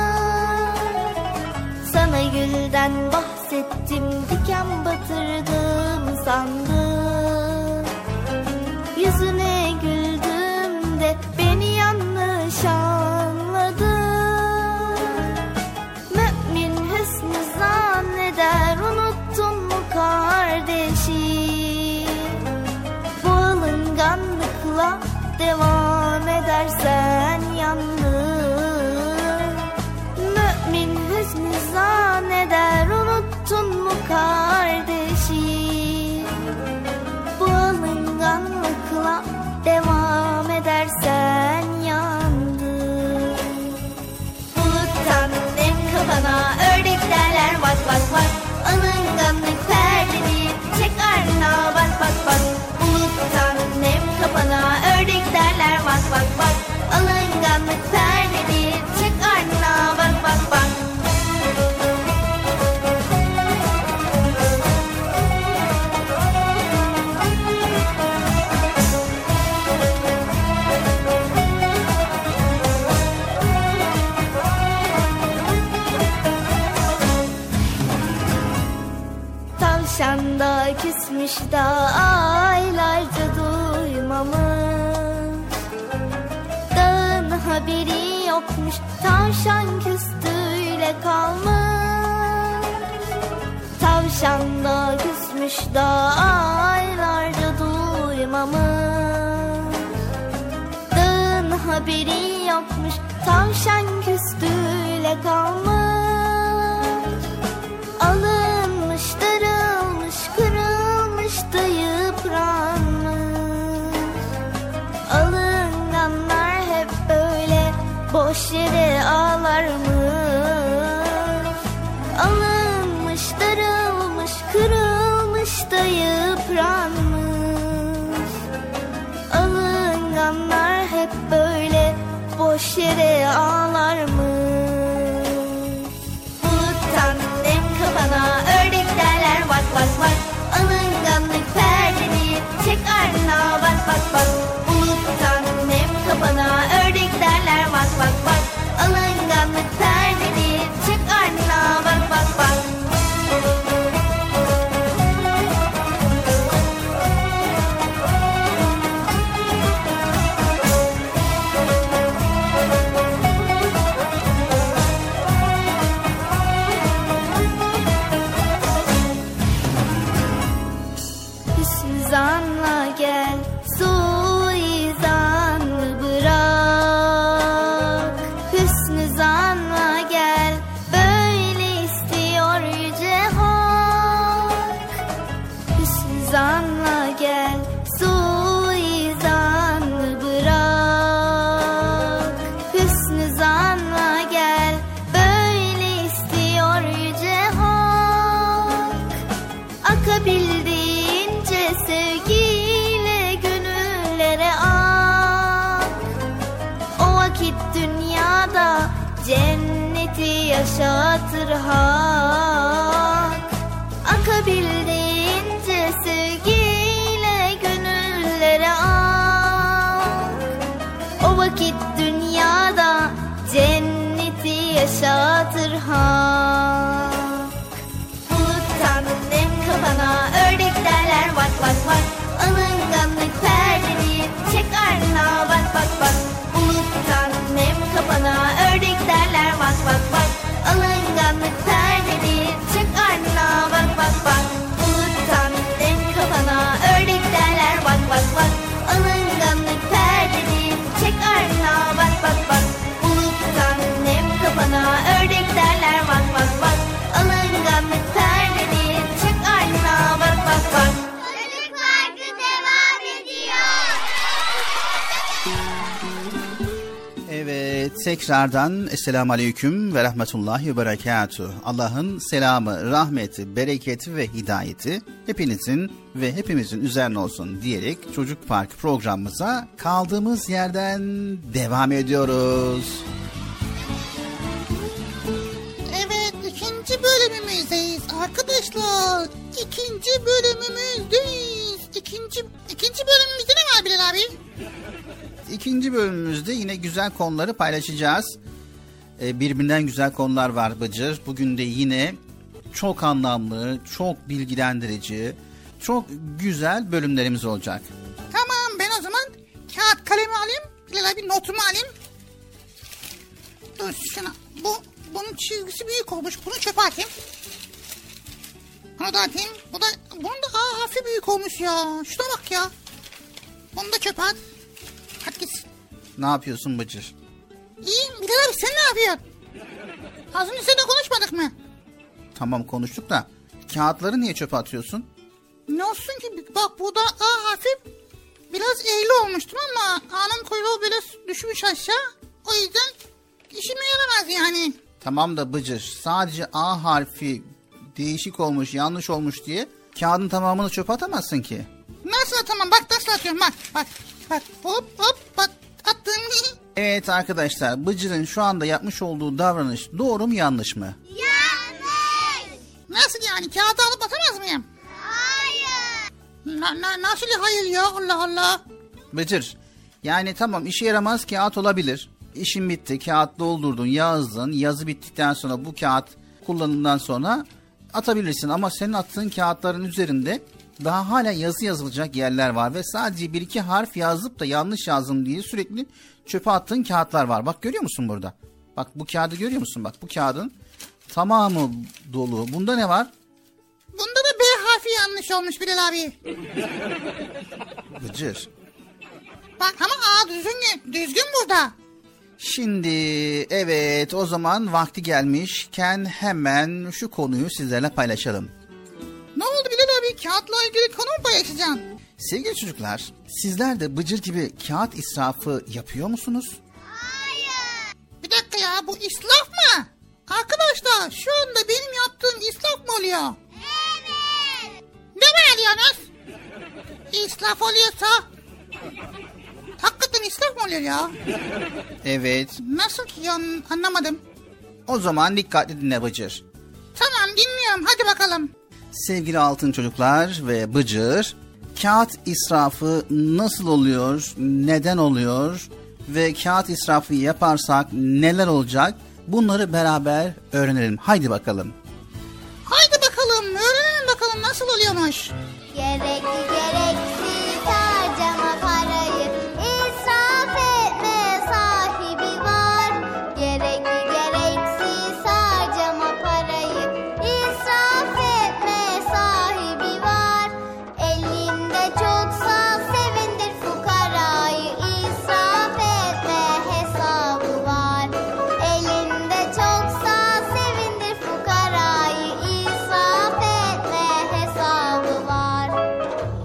Sana gülden bahsettim, diken batırdım sandım. Yüzüne güldüm de beni yanlış anladın. Mümin hüsnü zanneder, unuttun mu kardeşim? Bu alınganlıkla devam edersen yandın. Mümin hüsnü zanneder, unuttun mu kardeşim? Bu alınganlıkla devam edersen yandın. Buluttan nem kafana, ördek derler vak vak vak. Alınganlık perdeni, çek ardına bak bak bak. Buluttan nem kafana, ördek derler vak vak vak. Alınganlık perdeni, çek ardına bak bak bak. Tavşan da küsmüş da aylarca duymamış. Dağın haberi yokmuş, tavşan küstüyle kalmış. Tavşan da küsmüş da aylarca duymamış. Dağın haberi yokmuş, tavşan küstüyle kalmış. Alınmış, darılmış, kırılmış da yıpranmış. Alınganlar hep böyle boş yere ağlarmış. Alınmış, darılmış, kırılmış da yıpranmış. Alınganlar hep böyle boş yere ağlarmış. Buluttan nem kafana, ördek derler vak vak vak. Alınganlık perdeni, çek ardına bak bak bak. Buluttan nem kafana, ördek derler vak vak vak. Alınganlık perdeni, çek ardına bak bak bak. vakit dünyada cenneti yaşatır hak. Akabildiğince sevgiyle gönüllere ak. O vakit dünyada cenneti yaşatır hak. Buluttan nem kafana ördek derler vak vak vak. Alınganlık perdedir çek ardına bak bak bak. Buluttan nem kafana ördek derler vak vak vak. Alınganlık perdedir çek ardına bak bak bak. Buluttan nem kafana ördek derler vak vak vak. Alınganlık perdedir çek ardına bak bak bak. Buluttan nem kafana ördek derler vak vak vak. Alınganlık perdedir çek ardına bak bak bak. Çocuk Parkı devam ediyor. Evet, tekrardan Esselamu Aleyküm ve Rahmetullahi ve Berekatuhu. Allah'ın selamı, rahmeti, bereketi ve hidayeti hepinizin ve hepimizin üzerine olsun diyerek Çocuk Park programımıza kaldığımız yerden devam ediyoruz. Evet, ikinci bölümümüzdeyiz arkadaşlar. İkinci bölümümüzdeyiz. İkinci bölümümüzde ne var Bilal abi? İkinci bölümümüzde yine güzel konuları paylaşacağız. Birbirinden güzel konular var Bıcır. Bugün de yine çok anlamlı, çok bilgilendirici, çok güzel bölümlerimiz olacak. Tamam, ben o zaman kağıt kalemi alayım. Bilal abi notumu alayım. Dur şuna. Bunun çizgisi büyük olmuş. Bunu çöpe atayım. Bunu da atayım. Bunun da A harfi büyük olmuş ya. Şuna bak ya. Bunu da çöpe at. Hadi gitsin. Ne yapıyorsun Bıcır? İyiyim. Bilal abi sen ne yapıyorsun? Az önce seninle konuşmadık mı? Tamam konuştuk da kağıtları niye çöpe atıyorsun? Ne olsun ki? Bak burada A harfi biraz eğri olmuş tamam mı? A'nın kuyruğu biraz düşmüş aşağı. O yüzden işime yaramaz yani. Tamam da Bıcır, sadece A harfi değişik olmuş, yanlış olmuş diye kağıdın tamamını çöpe atamazsın ki. Nasıl atamam? Bak nasıl atıyorum bak. Hop bak attım. Evet arkadaşlar, Bıcır'ın şu anda yapmış olduğu davranış doğru mu yanlış mı? Yanlış. Nasıl yani? Kağıdı alıp atamaz mıyım? Hayır. Nasıl hayır ya? Allah Allah. Bıcır, yani tamam işe yaramaz kağıt olabilir. İşin bitti, kağıt doldurdun, yazdın. Yazı bittikten sonra bu kağıt kullanımdan sonra atabilirsin. Ama senin attığın kağıtların üzerinde daha hala yazı yazılacak yerler var. Ve sadece bir iki harf yazıp da yanlış yazdım diye sürekli çöpe attığın kağıtlar var. Bak görüyor musun burada? Bak bu kağıdı görüyor musun? Bak bu kağıdın tamamı dolu. Bunda ne var? Bunda da B harfi yanlış olmuş Bilal abi. Bıcır. Bak ama A düzgün burada. Şimdi evet o zaman vakti gelmişken hemen şu konuyu sizlerle paylaşalım. Ne oldu Bilal abi? Kağıtla ilgili konu mu paylaşacaksın? Sevgili çocuklar, sizler de Bıcır gibi kağıt israfı yapıyor musunuz? Bir dakika ya, bu israf mı? Arkadaşlar şu anda benim yaptığım israf mı oluyor? Evet. Ne mi alıyorsunuz? İsraf oluyorsa hakikaten israf mı oluyor ya? Evet. Nasıl ki ya, anlamadım. O zaman dikkatli dinle Bıcır. Tamam dinliyorum, hadi bakalım. Sevgili altın çocuklar ve Bıcır, kağıt israfı nasıl oluyor, neden oluyor ve kağıt israfı yaparsak neler olacak? Bunları beraber öğrenelim. Haydi bakalım. Haydi bakalım, öğrenelim bakalım nasıl oluyormuş. Gerekli gereksiz harcama parayı, israf etme sahibi var. Gerekli gereksiz harcama parayı, israf etme sahibi var. Elinde çoksa sevindir fukarayı, israf etme hesabı var. Elinde çoksa sevindir fukarayı, israf etme hesabı var.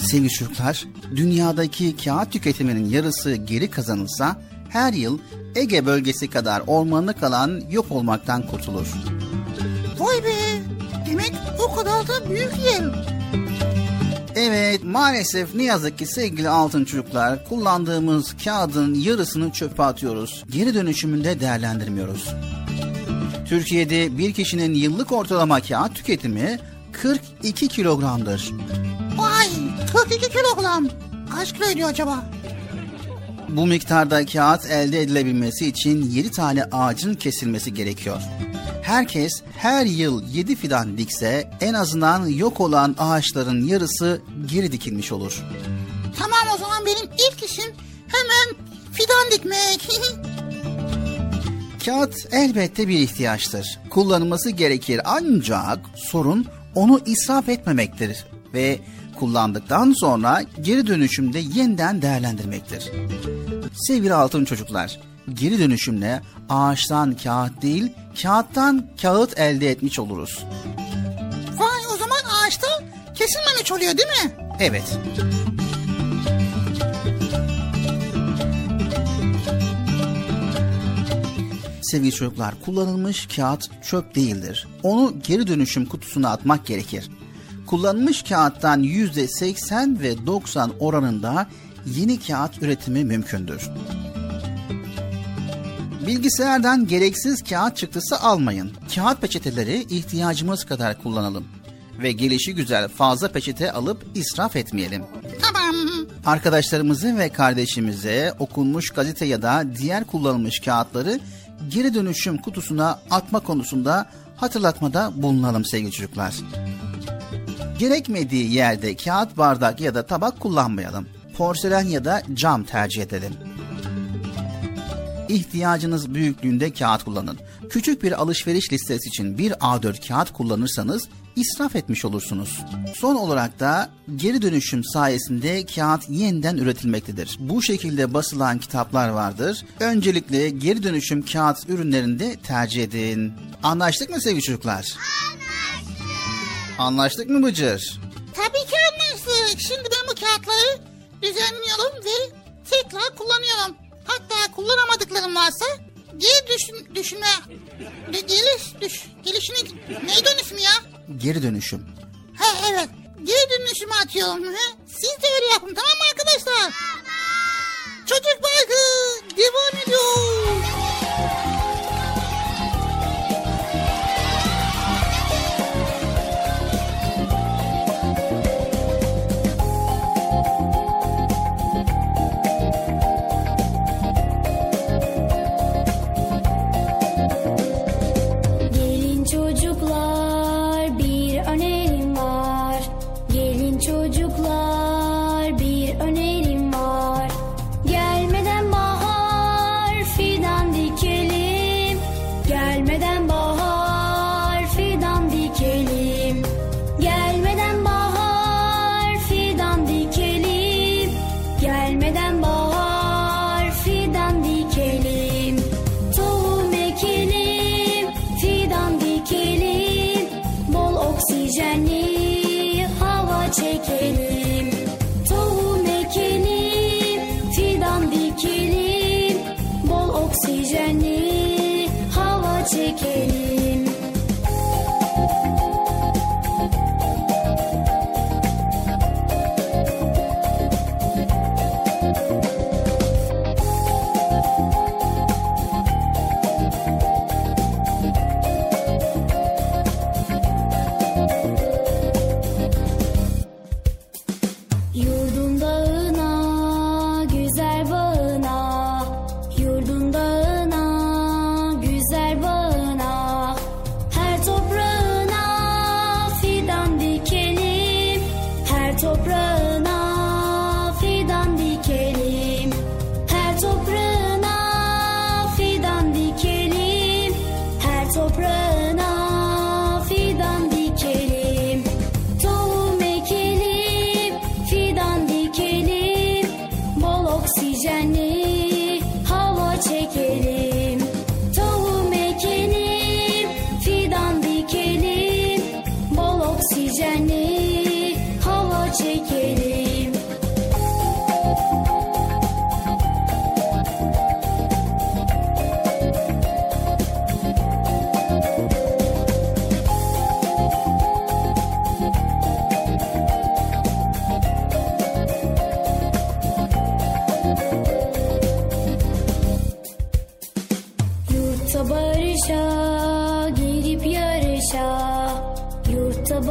Sevgili çocuklar, dünyadaki kağıt tüketiminin yarısı geri kazanılsa her yıl Ege bölgesi kadar ormanlık kalan yok olmaktan kurtulur. Vay be! Demek o kadar da büyük yer. Evet, maalesef ne yazık ki sevgili altın çocuklar, kullandığımız kağıdın yarısını çöpe atıyoruz. Geri dönüşümünde değerlendirmiyoruz. Türkiye'de bir kişinin yıllık ortalama kağıt tüketimi 42 kilogramdır. Vay! 42 kilogram. Kaç kilo ediyor acaba? Bu miktarda kağıt elde edilebilmesi için 7 tane ağacın kesilmesi gerekiyor. Herkes her yıl 7 fidan dikse en azından yok olan ağaçların yarısı geri dikilmiş olur. Tamam, o zaman benim ilk işim hemen fidan dikmek. Kağıt elbette bir ihtiyaçtır. Kullanılması gerekir ancak sorun onu israf etmemektir ve kullandıktan sonra geri dönüşümde yeniden değerlendirmektir. Sevgili altın çocuklar, geri dönüşümle ağaçtan kağıt değil, kağıttan kağıt elde etmiş oluruz. Vay, o zaman ağaçta kesilmemiş oluyor değil mi? Evet. Sevgili çocuklar, kullanılmış kağıt çöp değildir. Onu geri dönüşüm kutusuna atmak gerekir. Kullanılmış kağıttan %80 ve 90 oranında yeni kağıt üretimi mümkündür. Bilgisayardan gereksiz kağıt çıktısı almayın. Kağıt peçeteleri ihtiyacımız kadar kullanalım. Ve gelişigüzel fazla peçete alıp israf etmeyelim. Tamam. Arkadaşlarımızı ve kardeşimize okunmuş gazete ya da diğer kullanılmış kağıtları geri dönüşüm kutusuna atma konusunda hatırlatmada bulunalım sevgili çocuklar. Gerekmediği yerde kağıt bardak ya da tabak kullanmayalım. Porselen ya da cam tercih edelim. İhtiyacınız büyüklüğünde kağıt kullanın. Küçük bir alışveriş listesi için bir A4 kağıt kullanırsanız israf etmiş olursunuz. Son olarak da geri dönüşüm sayesinde kağıt yeniden üretilmektedir. Bu şekilde basılan kitaplar vardır. Öncelikle geri dönüşüm kağıt ürünlerini de tercih edin. Anlaştık mı sevgili çocuklar? Anlaştık. Anlaştık mı Bıcır? Tabii ki anlaştık. Şimdi ben bu kağıtları düzenliyorum ve tekrar kullanıyorum. Hatta kullanamadıklarım varsa gelişine neydi onun ismi ya? Geri dönüşüm. Ha evet, geri dönüşüme atıyorum. Siz de öyle yapın, tamam mı arkadaşlar? Tamam. Çocuk Parkı devam ediyor. Çocuklar bir önerim var. Gelmeden bahar fidan dikelim. Gelmeden bahar fidan dikelim. Gelmeden bahar fidan dikelim. Gelmeden bahar fidan dikelim. Tohum ekelim, fidan dikelim. Bol oksijenli çekelim, tohum ekelim, fidan dikelim, bol oksijenli hava çekelim.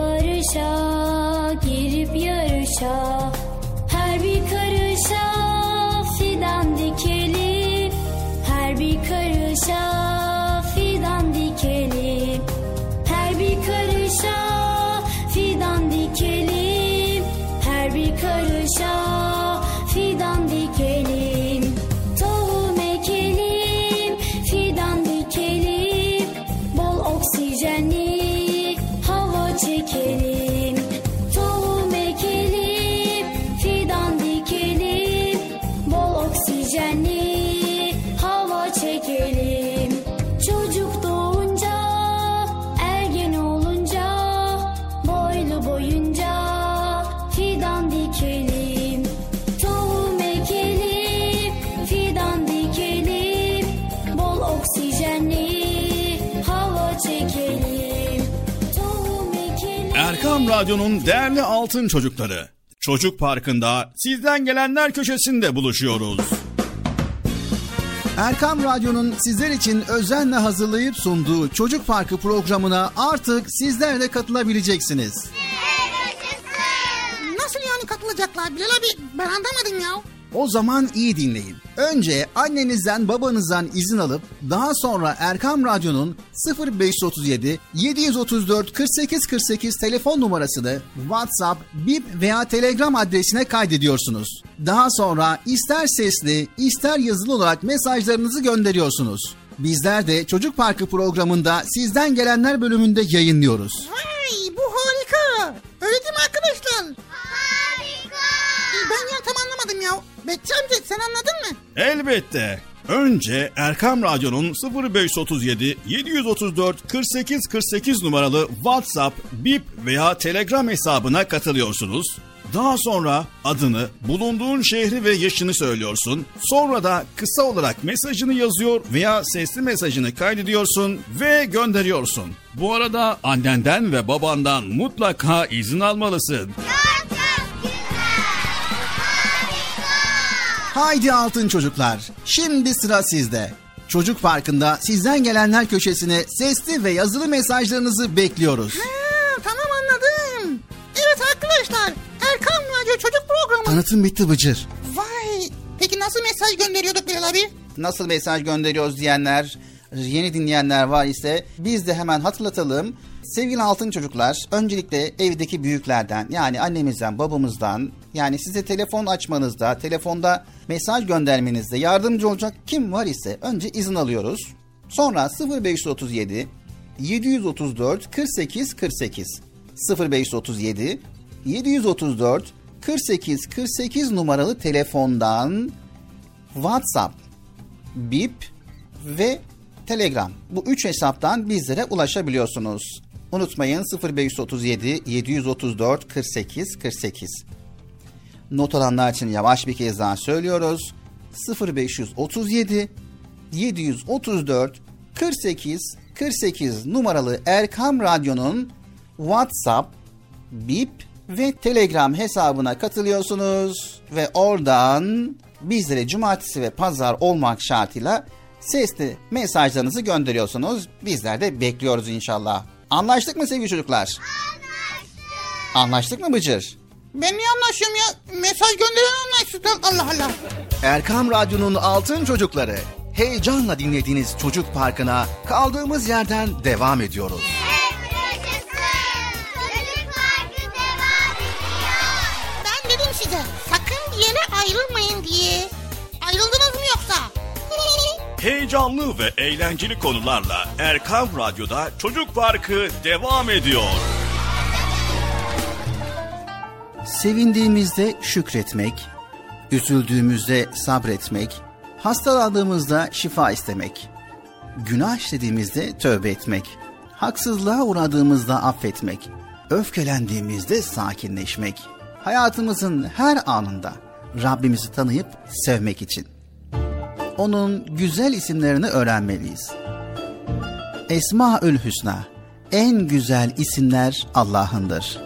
barışa, girip yarışa, her bir karışa fidan dikelim, her bir karışa fidan dikelim, her bir karışa fidan dikelim, her bir karışa fidan dikelim. Tohum ekelim, fidan dikelim, bol oksijenli hava çekelim. Tohum ekelim, fidan dikelim, bol oksijenli hava çekelim. Çocuk doğunca, ergen olunca, boylu boyunca fidan dikelim. Tohum ekelim, fidan dikelim, bol oksijenli hava çekelim. Tohum ekelim. Erkam Radyo'nun değerli altın çocukları. Çocuk Parkı'nda sizden gelenler köşesinde buluşuyoruz. Erkam Radyo'nun sizler için özenle hazırlayıp sunduğu Çocuk Parkı programına artık sizler de katılabileceksiniz. Nasıl yani katılacaklar Bilal abi? Ben anlamadım ya. O zaman iyi dinleyin. Önce annenizden babanızdan izin alıp daha sonra Erkam Radyo'nun 0537 734 48 48 telefon numarasını WhatsApp, Bip veya Telegram adresine kaydediyorsunuz. Daha sonra ister sesli ister yazılı olarak mesajlarınızı gönderiyorsunuz. Bizler de Çocuk Parkı programında sizden gelenler bölümünde yayınlıyoruz. Vay, bu harika. Öyle değil mi arkadaşlar? Harika. Ben ya tam anlamadım ya. Bekçi amca sen anladın mı? Elbette. Önce Erkam Radyo'nun 0537 734 48 48 numaralı WhatsApp, Bip veya Telegram hesabına katılıyorsunuz. Daha sonra adını, bulunduğun şehri ve yaşını söylüyorsun. Sonra da kısa olarak mesajını yazıyor veya sesli mesajını kaydediyorsun ve gönderiyorsun. Bu arada annenden ve babandan mutlaka izin almalısın. Haydi altın çocuklar, şimdi sıra sizde. Çocuk Parkı'nda sizden gelenler köşesine sesli ve yazılı mesajlarınızı bekliyoruz. Tamam anladım. Evet arkadaşlar, Erkam Radyo Çocuk Programı. Tanıtım bitti Bıcır. Vay, peki nasıl mesaj gönderiyorduk Bilal abi? Nasıl mesaj gönderiyoruz diyenler, yeni dinleyenler var ise biz de hemen hatırlatalım. Sevgili altın çocuklar, öncelikle evdeki büyüklerden, yani annemizden, babamızdan, yani size telefon açmanızda, telefonda mesaj göndermenizde yardımcı olacak kim var ise önce izin alıyoruz. Sonra 0537 734 48 48 0537 734 48 48 numaralı telefondan WhatsApp, Bip ve Telegram. Bu 3 hesaptan bizlere ulaşabiliyorsunuz. Unutmayın 0537 734 48 48. Not alanlar için yavaş bir kez daha söylüyoruz. 0537 734 48 48 numaralı Erkam Radyo'nun WhatsApp, Bip ve Telegram hesabına katılıyorsunuz ve oradan bizlere cumartesi ve pazar olmak şartıyla sesli mesajlarınızı gönderiyorsunuz. Bizler de bekliyoruz inşallah. Anlaştık mı sevgili çocuklar? Anlaştık. Anlaştık mı Bıcır? Ben niye anlaşıyorum ya? Mesaj gönderen anlaştık. Allah Allah. Erkam Radyo'nun altın çocukları. Heyecanla dinlediğiniz Çocuk Parkı'na kaldığımız yerden devam ediyoruz. Çocuk Parkı devam ediyor. Ben dedim size sakın bir yere ayrılmayın diye. Ayrıldınız mı yoksa? Heyecanlı ve eğlenceli konularla Erkam Radyo'da Çocuk Parkı devam ediyor. Sevindiğimizde şükretmek, üzüldüğümüzde sabretmek, hastalandığımızda şifa istemek, günah işlediğimizde tövbe etmek, haksızlığa uğradığımızda affetmek, öfkelendiğimizde sakinleşmek, hayatımızın her anında Rabbimizi tanıyıp sevmek için. Onun güzel isimlerini öğrenmeliyiz. Esmaül Hüsna, en güzel isimler Allah'ındır.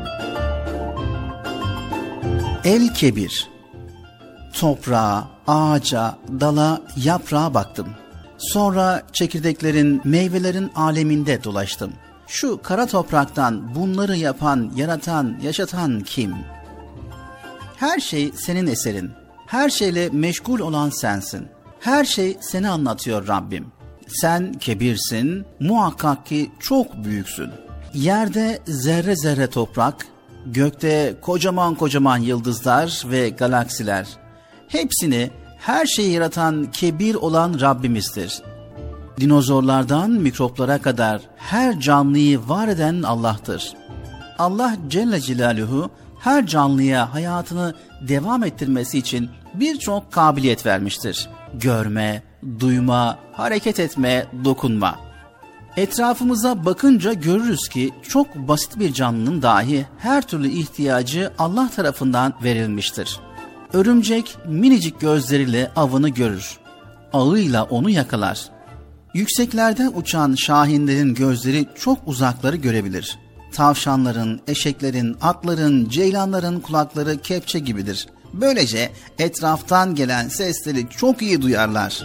El Kebir, toprağa, ağaca, dala, yaprağa baktım. Sonra çekirdeklerin, meyvelerin aleminde dolaştım. Şu kara topraktan bunları yapan, yaratan, yaşatan kim? Her şey senin eserin. Her şeyle meşgul olan sensin. Her şey seni anlatıyor Rabbim. Sen kebirsin, muhakkak ki çok büyüksün. Yerde zerre zerre toprak, gökte kocaman kocaman yıldızlar ve galaksiler. Hepsini, her şeyi yaratan kebir olan Rabbimizdir. Dinozorlardan mikroplara kadar her canlıyı var eden Allah'tır. Allah Celle Celaluhu her canlıya hayatını devam ettirmesi için birçok kabiliyet vermiştir. Görme, duyma, hareket etme, dokunma. Etrafımıza bakınca görürüz ki çok basit bir canlının dahi her türlü ihtiyacı Allah tarafından verilmiştir. Örümcek minicik gözleriyle avını görür. Ağıyla onu yakalar. Yükseklerden uçan şahinlerin gözleri çok uzakları görebilir. Tavşanların, eşeklerin, atların, ceylanların kulakları kepçe gibidir. Böylece etraftan gelen sesleri çok iyi duyarlar.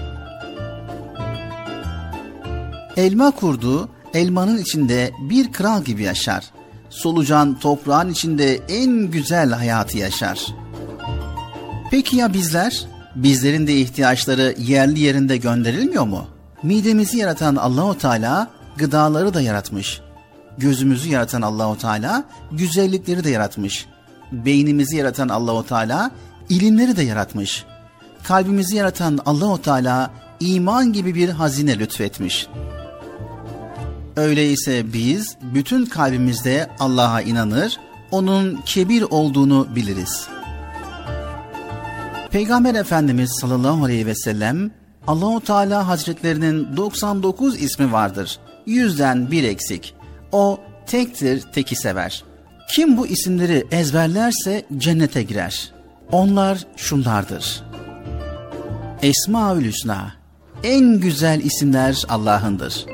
Elma kurdu, elmanın içinde bir kral gibi yaşar. Solucan toprağın içinde en güzel hayatı yaşar. Peki ya bizler? Bizlerin de ihtiyaçları yerli yerinde gönderilmiyor mu? Midemizi yaratan Allahu Teala gıdaları da yaratmış. Gözümüzü yaratan Allahu Teala güzellikleri de yaratmış. Beynimizi yaratan Allahu Teala ilimleri de yaratmış. Kalbimizi yaratan Allahu Teala iman gibi bir hazine lütfetmiş. Öyleyse biz bütün kalbimizde Allah'a inanır, onun kebir olduğunu biliriz. Peygamber Efendimiz sallallahu aleyhi ve sellem, Allahu Teala Hazretlerinin 99 ismi vardır. 100'den bir eksik. O tektir, teki sever. Kim bu isimleri ezberlerse cennete girer. Onlar şunlardır: Esmaül Hüsna, en güzel isimler Allah'ındır.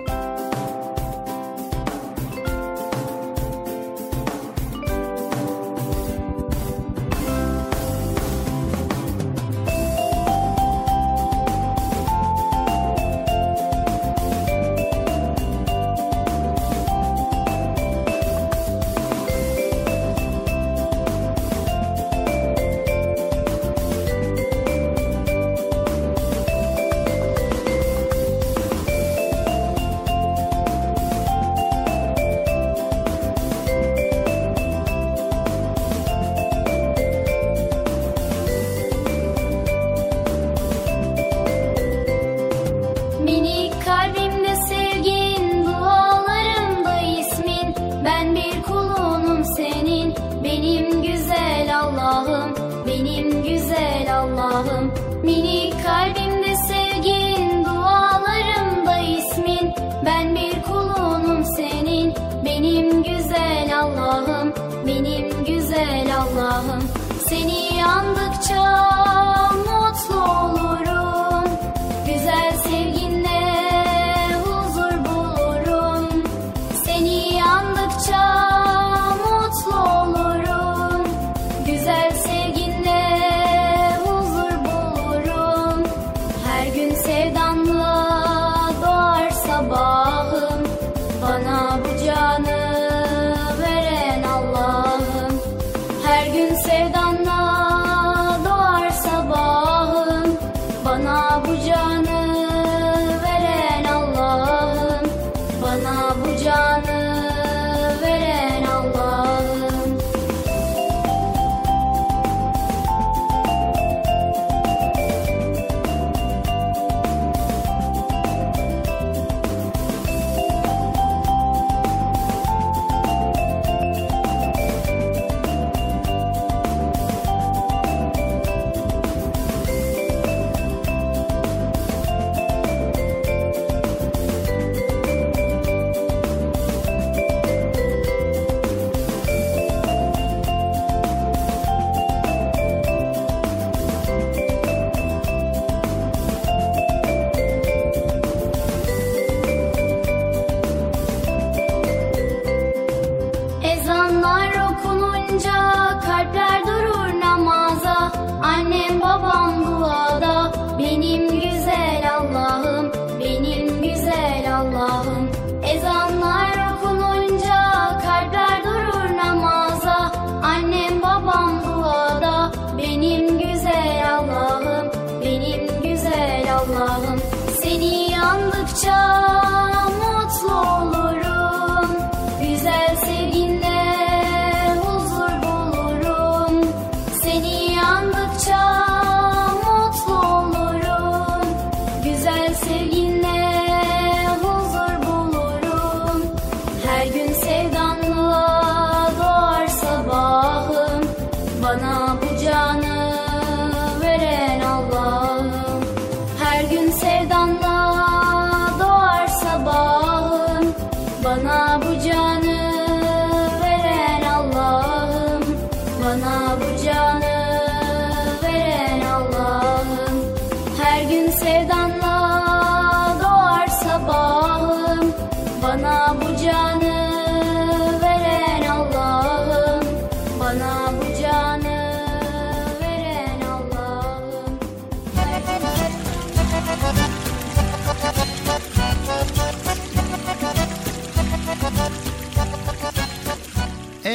Sevdanla doğar sabah.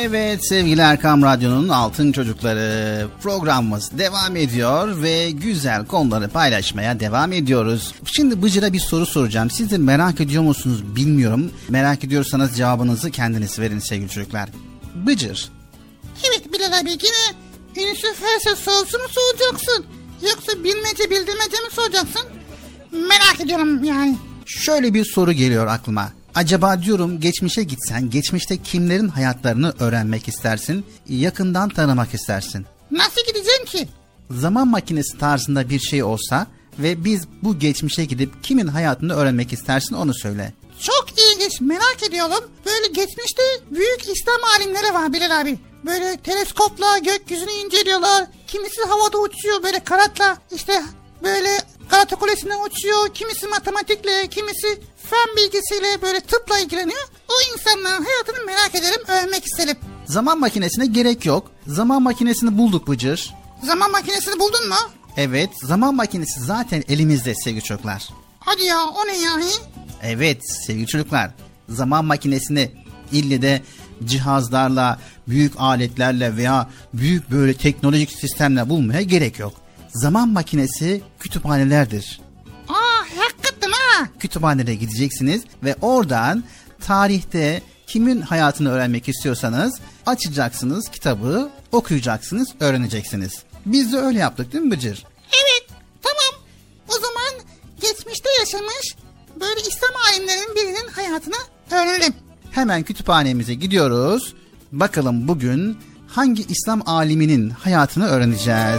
Evet sevgili Erkam Radyo'nun Altın Çocukları programımız devam ediyor ve güzel konuları paylaşmaya devam ediyoruz. Şimdi Bıcır'a bir soru soracağım. Siz de merak ediyor musunuz bilmiyorum. Merak ediyorsanız cevabınızı kendiniz verin sevgili çocuklar. Bıcır. Evet Bilal abi, yine Yunus'un felsefe sorusu mu soracaksın? Yoksa bilmece bildirmece mi soracaksın? Merak ediyorum yani. Şöyle bir soru geliyor aklıma. Acaba diyorum geçmişe gitsen geçmişte kimlerin hayatlarını öğrenmek istersin, yakından tanımak istersin? Nasıl gideceğim ki? Zaman makinesi tarzında bir şey olsa ve biz bu geçmişe gidip kimin hayatını öğrenmek istersin onu söyle. Çok ilginç, merak ediyorum. Böyle geçmişte büyük İslam alimleri var Bilal abi. Böyle teleskopla gökyüzünü inceliyorlar. Kimisi havada uçuyor böyle kanatla, işte böyle Galata Kulesi'nden uçuyor. Kimisi matematikle, kimisi fen bilgisiyle, böyle tıpla ilgileniyor. O insanların hayatını merak ederim, öğrenmek isterim. Zaman makinesine gerek yok. Zaman makinesini bulduk Bıcır. Zaman makinesini buldun mu? Evet, zaman makinesi zaten elimizde sevgili çocuklar. Hadi ya, o ne yani? Evet sevgili çocuklar, zaman makinesini ille de cihazlarla, büyük aletlerle veya büyük böyle teknolojik sistemle bulmaya gerek yok. Zaman makinesi kütüphanelerdir. Hakikaten ha. Kütüphanelere gideceksiniz ve oradan tarihte kimin hayatını öğrenmek istiyorsanız açacaksınız kitabı, okuyacaksınız, öğreneceksiniz. Biz de öyle yaptık değil mi Bıcır? Evet, tamam. O zaman geçmişte yaşamış böyle İslam alimlerinin birinin hayatını öğrenelim. Hemen kütüphanemize gidiyoruz. Bakalım bugün hangi İslam aliminin hayatını öğreneceğiz?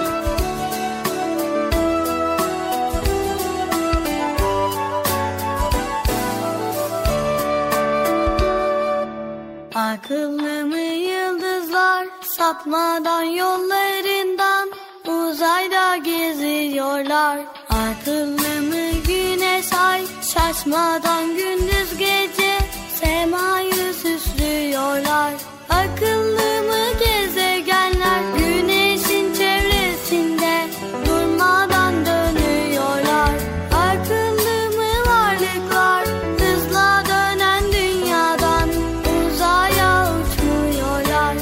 Akıllı mı yıldızlar sapmadan yollarından uzayda geziyorlar. Akıllı mı güneş ay şaşmadan gündüz gece semayı süslüyorlar. Akıllı mı gezegenler güneşin çevresinde durmadan dönüyorlar. Akıllı mı varlıklar hızla dönen dünyadan uzaya uçmuyorlar.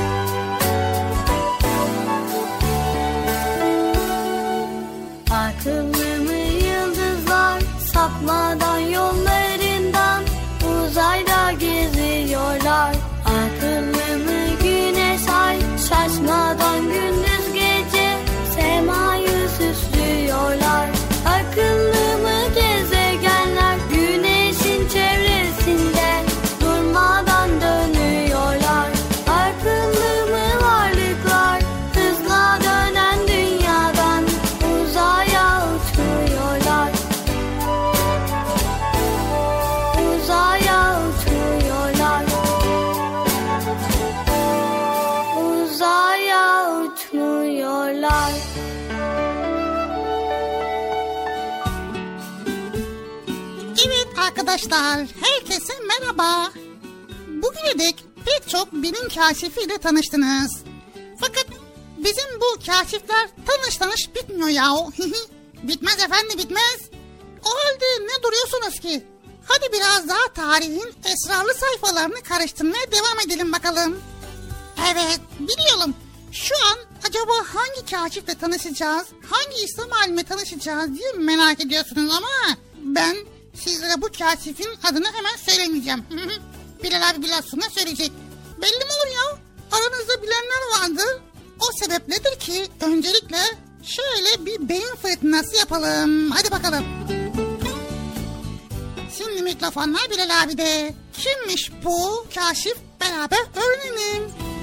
Akıllı mı yıldızlar sapmadan yollarından uzayda geziyorlar. Akıllı mı güneş ay şaşmadan gündüz gece semayı süslüyorlar. Akıllı mı gezegenler güneşin çevresinde durmadan dönüyorlar. Akıllı mı varlıklar hızla dönen dünyadan uzaya uçmuyorlar. Uzaya uçmuyorlar. Uzaya uçmuyorlar. Evet arkadaşlar, herkese merhaba. Bugüne dek pek çok bilim kaşifiyle tanıştınız. Fakat bizim bu kaşifler tanış bitmiyor yahu. Bitmez efendim, bitmez. O halde ne duruyorsunuz ki? Hadi biraz daha tarihin esrarlı sayfalarını karıştırmaya devam edelim bakalım. Evet, biliyorum. Şu an acaba hangi kaşifle tanışacağız, hangi İslam alime tanışacağız diye merak ediyorsunuz ama ben sizlere bu kaşifin adını hemen söylemeyeceğim. Bilal abi biraz sonra söyleyecek. Belli mi olur ya? Aranızda bilenler vardır. O sebepledir ki öncelikle şöyle bir beyin fırtınası yapalım. Hadi bakalım. Şimdi mikrofonlar Bilal abi de. Kimmiş bu kaşif, beraber öğrenelim.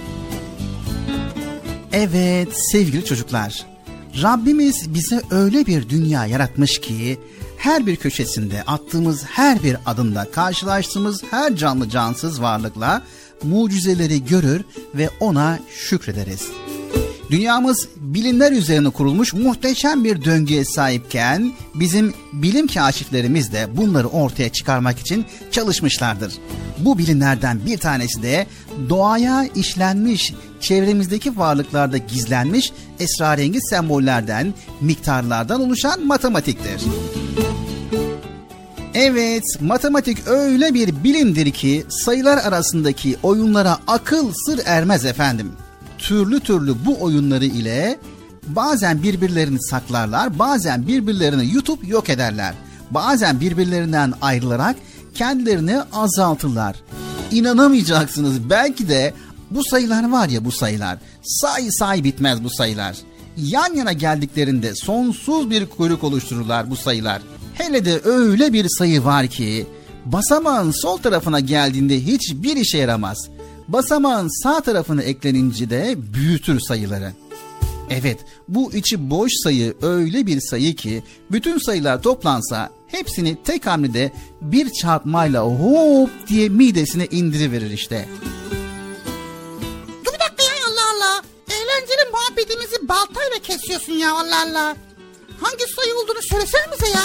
Evet sevgili çocuklar, Rabbimiz bize öyle bir dünya yaratmış ki her bir köşesinde attığımız her bir adımda karşılaştığımız her canlı cansız varlıkla mucizeleri görür ve ona şükrederiz. Dünyamız bilimler üzerine kurulmuş muhteşem bir döngüye sahipken bizim bilim kaşiflerimiz de bunları ortaya çıkarmak için çalışmışlardır. Bu bilimlerden bir tanesi de doğaya işlenmiş, çevremizdeki varlıklarda gizlenmiş esrarengiz sembollerden, miktarlardan oluşan matematiktir. Evet, matematik öyle bir bilimdir ki sayılar arasındaki oyunlara akıl sır ermez efendim. Türlü türlü bu oyunları ile bazen birbirlerini saklarlar, bazen birbirlerini yutup yok ederler. Bazen birbirlerinden ayrılarak kendilerini azaltırlar. İnanamayacaksınız, belki de bu sayılar var ya, bu sayılar say bitmez bu sayılar. Yan yana geldiklerinde sonsuz bir kuyruk oluştururlar bu sayılar. Hele de öyle bir sayı var ki basamağın sol tarafına geldiğinde hiçbir işe yaramaz. Basamağın sağ tarafına eklenince de büyütür sayıları. Evet, bu içi boş sayı öyle bir sayı ki bütün sayılar toplansa hepsini tek hamlede bir çarpmayla hop diye midesine indiriverir işte. Dur bir dakika ya, Allah Allah. Eğlenceli muhabbetimizi baltayla kesiyorsun ya, Allah Allah. Hangi sayı olduğunu söylesene bize ya.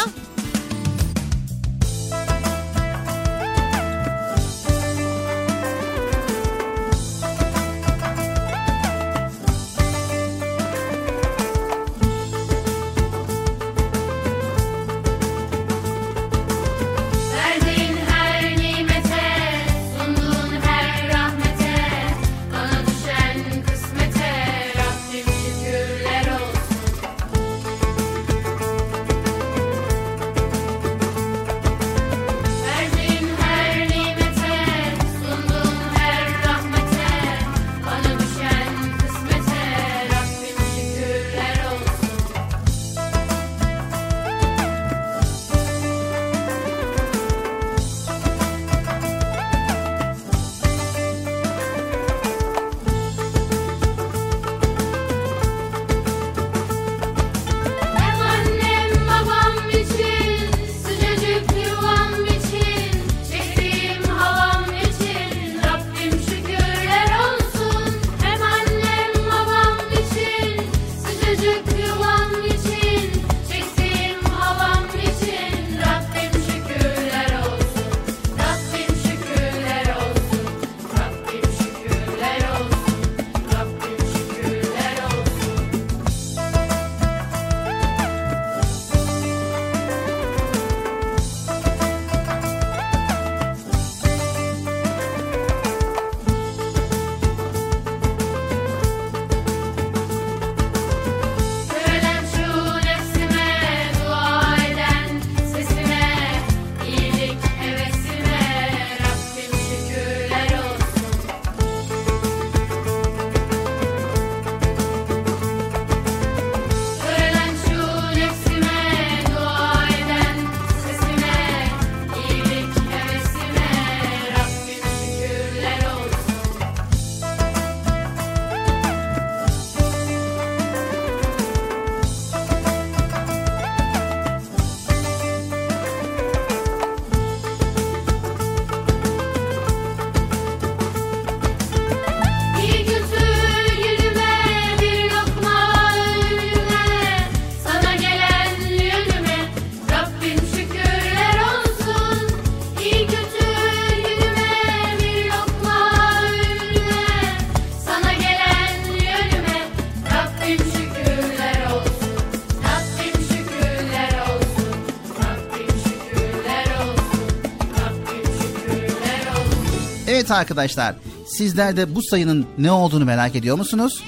Evet arkadaşlar, sizler de bu sayının ne olduğunu merak ediyor musunuz?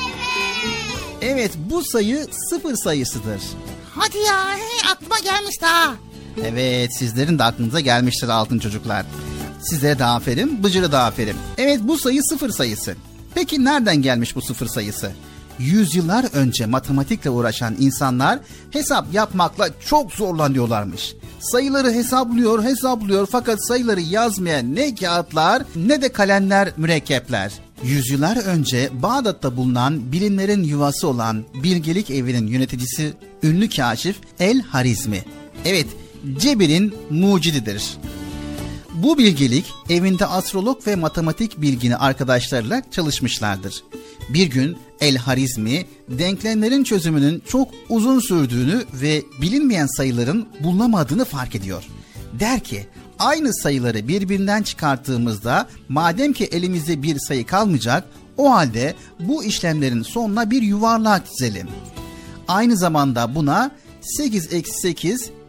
Evet, bu sayı 0 sayısıdır. Hadi ya, aklıma gelmiş daha. Evet, sizlerin de aklınıza gelmiştir altın çocuklar. Size de aferin, Bıcır'a da aferin. Evet, bu sayı 0 sayısı. Peki nereden gelmiş bu 0 sayısı? Yüzyıllar önce matematikle uğraşan insanlar hesap yapmakla çok zorlanıyorlarmış. Sayıları hesaplıyor fakat sayıları yazmayan ne kağıtlar ne de kalemler, mürekkepler. Yüzyıllar önce Bağdat'ta bulunan bilimlerin yuvası olan bilgelik evinin yöneticisi ünlü kaşif El-Harizmi. Evet, Cebir'in mucididir. Bu bilgelik evinde astrolog ve matematik bilgini arkadaşlarıyla çalışmışlardır. Bir gün El-Harizmi denklemlerin çözümünün çok uzun sürdüğünü ve bilinmeyen sayıların bulunamadığını fark ediyor. Der ki, aynı sayıları birbirinden çıkarttığımızda madem ki elimizde bir sayı kalmayacak, o halde bu işlemlerin sonuna bir yuvarlak çizelim. Aynı zamanda buna 8 eksi 8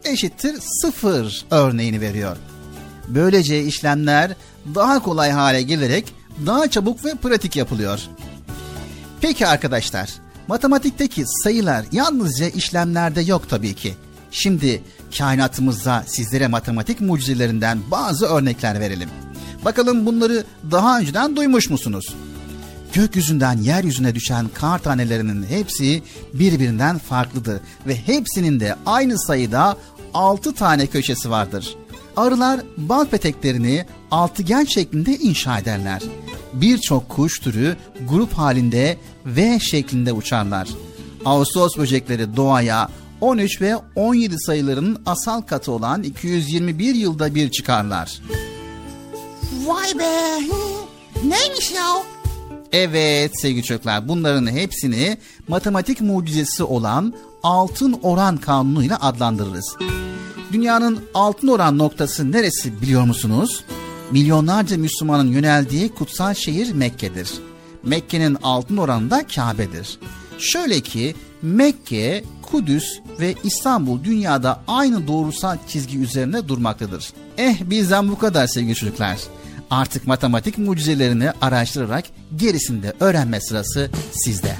eşittir 0 örneğini veriyor. Böylece işlemler daha kolay hale gelerek daha çabuk ve pratik yapılıyor. Peki arkadaşlar, matematikteki sayılar yalnızca işlemlerde yok tabii ki. Şimdi kainatımızda sizlere matematik mucizelerinden bazı örnekler verelim. Bakalım bunları daha önceden duymuş musunuz? Gökyüzünden yeryüzüne düşen kar tanelerinin hepsi birbirinden farklıdır ve hepsinin de aynı sayıda 6 tane köşesi vardır. Arılar bal peteklerini altıgen şeklinde inşa ederler. Birçok kuş türü grup halinde V şeklinde uçarlar. Ağustos böcekleri doğaya 13 ve 17 sayılarının asal katı olan 221 yılda bir çıkarlar. Vay be! Neymiş ya? Evet sevgili çocuklar, bunların hepsini matematik mucizesi olan altın oran kanunuyla adlandırırız. Dünyanın altın oran noktası neresi biliyor musunuz? Milyonlarca Müslümanın yöneldiği kutsal şehir Mekke'dir. Mekke'nin altın oranı da Kabe'dir. Şöyle ki Mekke, Kudüs ve İstanbul dünyada aynı doğrusal çizgi üzerine durmaktadır. Bizden bu kadar sevgili çocuklar. Artık matematik mucizelerini araştırarak gerisini de öğrenme sırası sizde.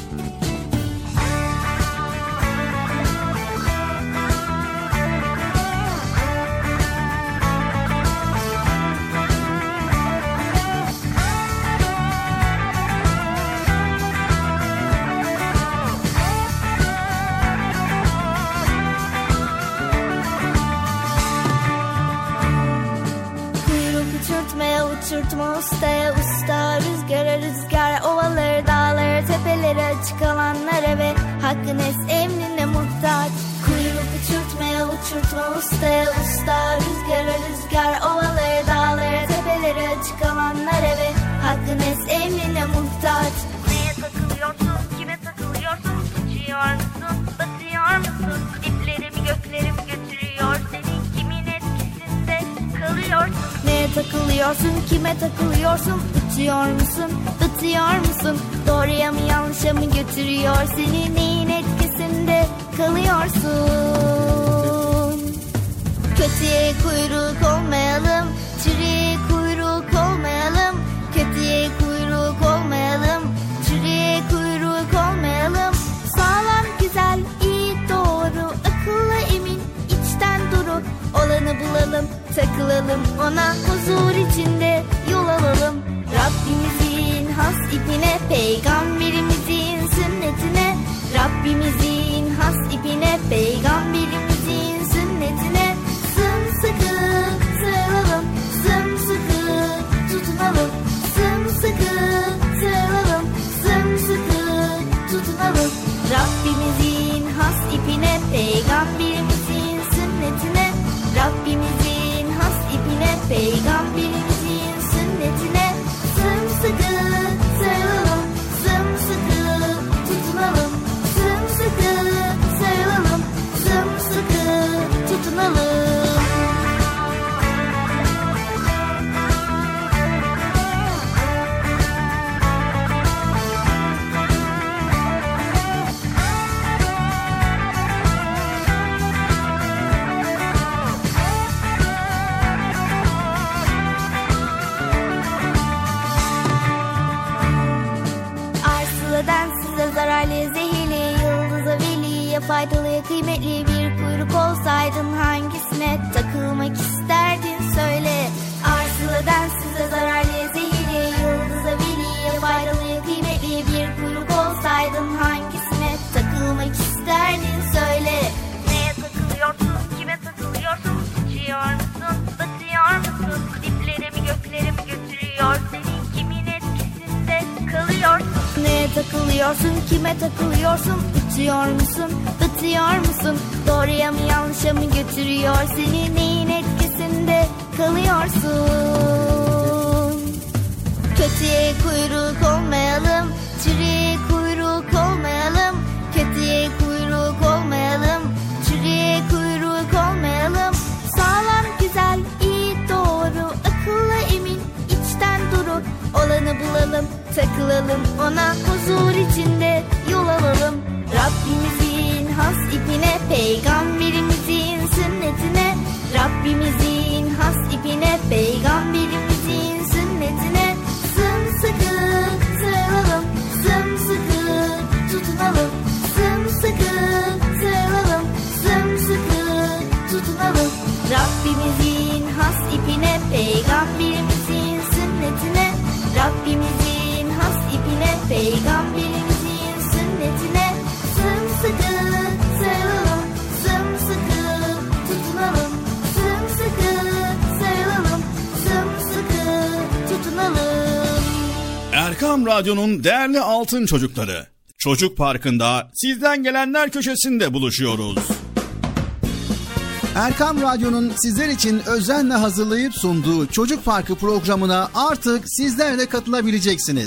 Uçurtma ustaya usta, rüzgara rüzgar, ovaları dağları tepeleri açık alanlara ve hakkın emrine muhtaç. Kuyruk uçurtmaya uçurtma ustaya usta, rüzgara rüzgar, ovaları dağları tepeleri açık alanlara ve hakkın emrine muhtaç. Neye takılıyorsun, kime takılıyorsun, uçuyor musun, batıyor musun, diplerimi göklerimi götürüyor, senin kimin etkisinde kalıyorsun. Neye takılıyorsun, kime takılıyorsun, uçuyor musun, batıyor musun, doğruya mı yanlışa mı götürüyor, seni neyin etkisinde kalıyorsun. Kötüye kuyruk olmayalım, çürüye kuyruk olmayalım, kötüye kuyruk olmayalım, çürüye kuyruk olmayalım. Sağlam, güzel, iyi, doğru, akıllı, emin, içten duru olanı bulalım, takılalım ona, huzur içinde yol alalım. Rabbimizin has ipine, peygamberimizin sünnetine, Rabbimizin has ipine, peygamberimizin sünnetine sımsıkı sarılalım, sımsıkı tutunalım, sımsıkı sarılalım, sımsıkı tutunalım. Rabbimizin has ipine, peygamberimizin sünnetine, Rabbimizin has ipine, peygamberimizin sünnetine sımsıkı sarılalım, sımsıkı tutunalım, sımsıkı sarılalım, sımsıkı tutunalım. Zararlı, zehirli, yıldıza veliye faydalı, kıymetli bir kuyruk olsaydın hangisine takılmak isterdin söyle. Arsılıdan size zararlı, zehirli, yıldıza veliye faydalı, kıymetli bir kuyruk olsaydın hangisine takılmak isterdin söyle. Neye takılıyorsun, kime takılıyorsun, uçuyor musun, batıyor musun, diplerimi göklerimi götürüyor, senin kimin etkisinde kalıyorsun. Neye takılıyorsun, kime takılıyorsun, uçuyor musun, batıyor musun, doğruya mı yanlışa mı götürüyor, seni neyin etkisinde kalıyorsun. Kötüye kuyruk olmayalım, çürüye kuyruk olmayalım, kötüye kuyruk olmayalım, çürüye kuyruk olmayalım. Sağlam, güzel, iyi, doğru, akıllı, emin, içten duru olanı bulalım, takılalım ona, huzur içinde yol alalım. Rabbimizin has ipine, peygamberimizin Rabbimizin has ipine, peygamberimizin sünnetine sımsıkı sarılalım, sımsıkı tutunalım, sımsıkı sarılalım, sımsıkı tutunalım. Rabbimizin has ipine, peygamberimizin sünnetine, Rabbimizin has ipine, peygamberimizin sünnetine sımsıkı sarılalım, sımsıkı tutunalım, sımsıkı sarılalım, sımsıkı tutunalım. Erkam Radyo'nun değerli altın çocukları, Çocuk Parkı'nda sizden gelenler köşesinde buluşuyoruz. Erkam Radyo'nun sizler için özenle hazırlayıp sunduğu Çocuk Parkı programına artık sizler de katılabileceksiniz.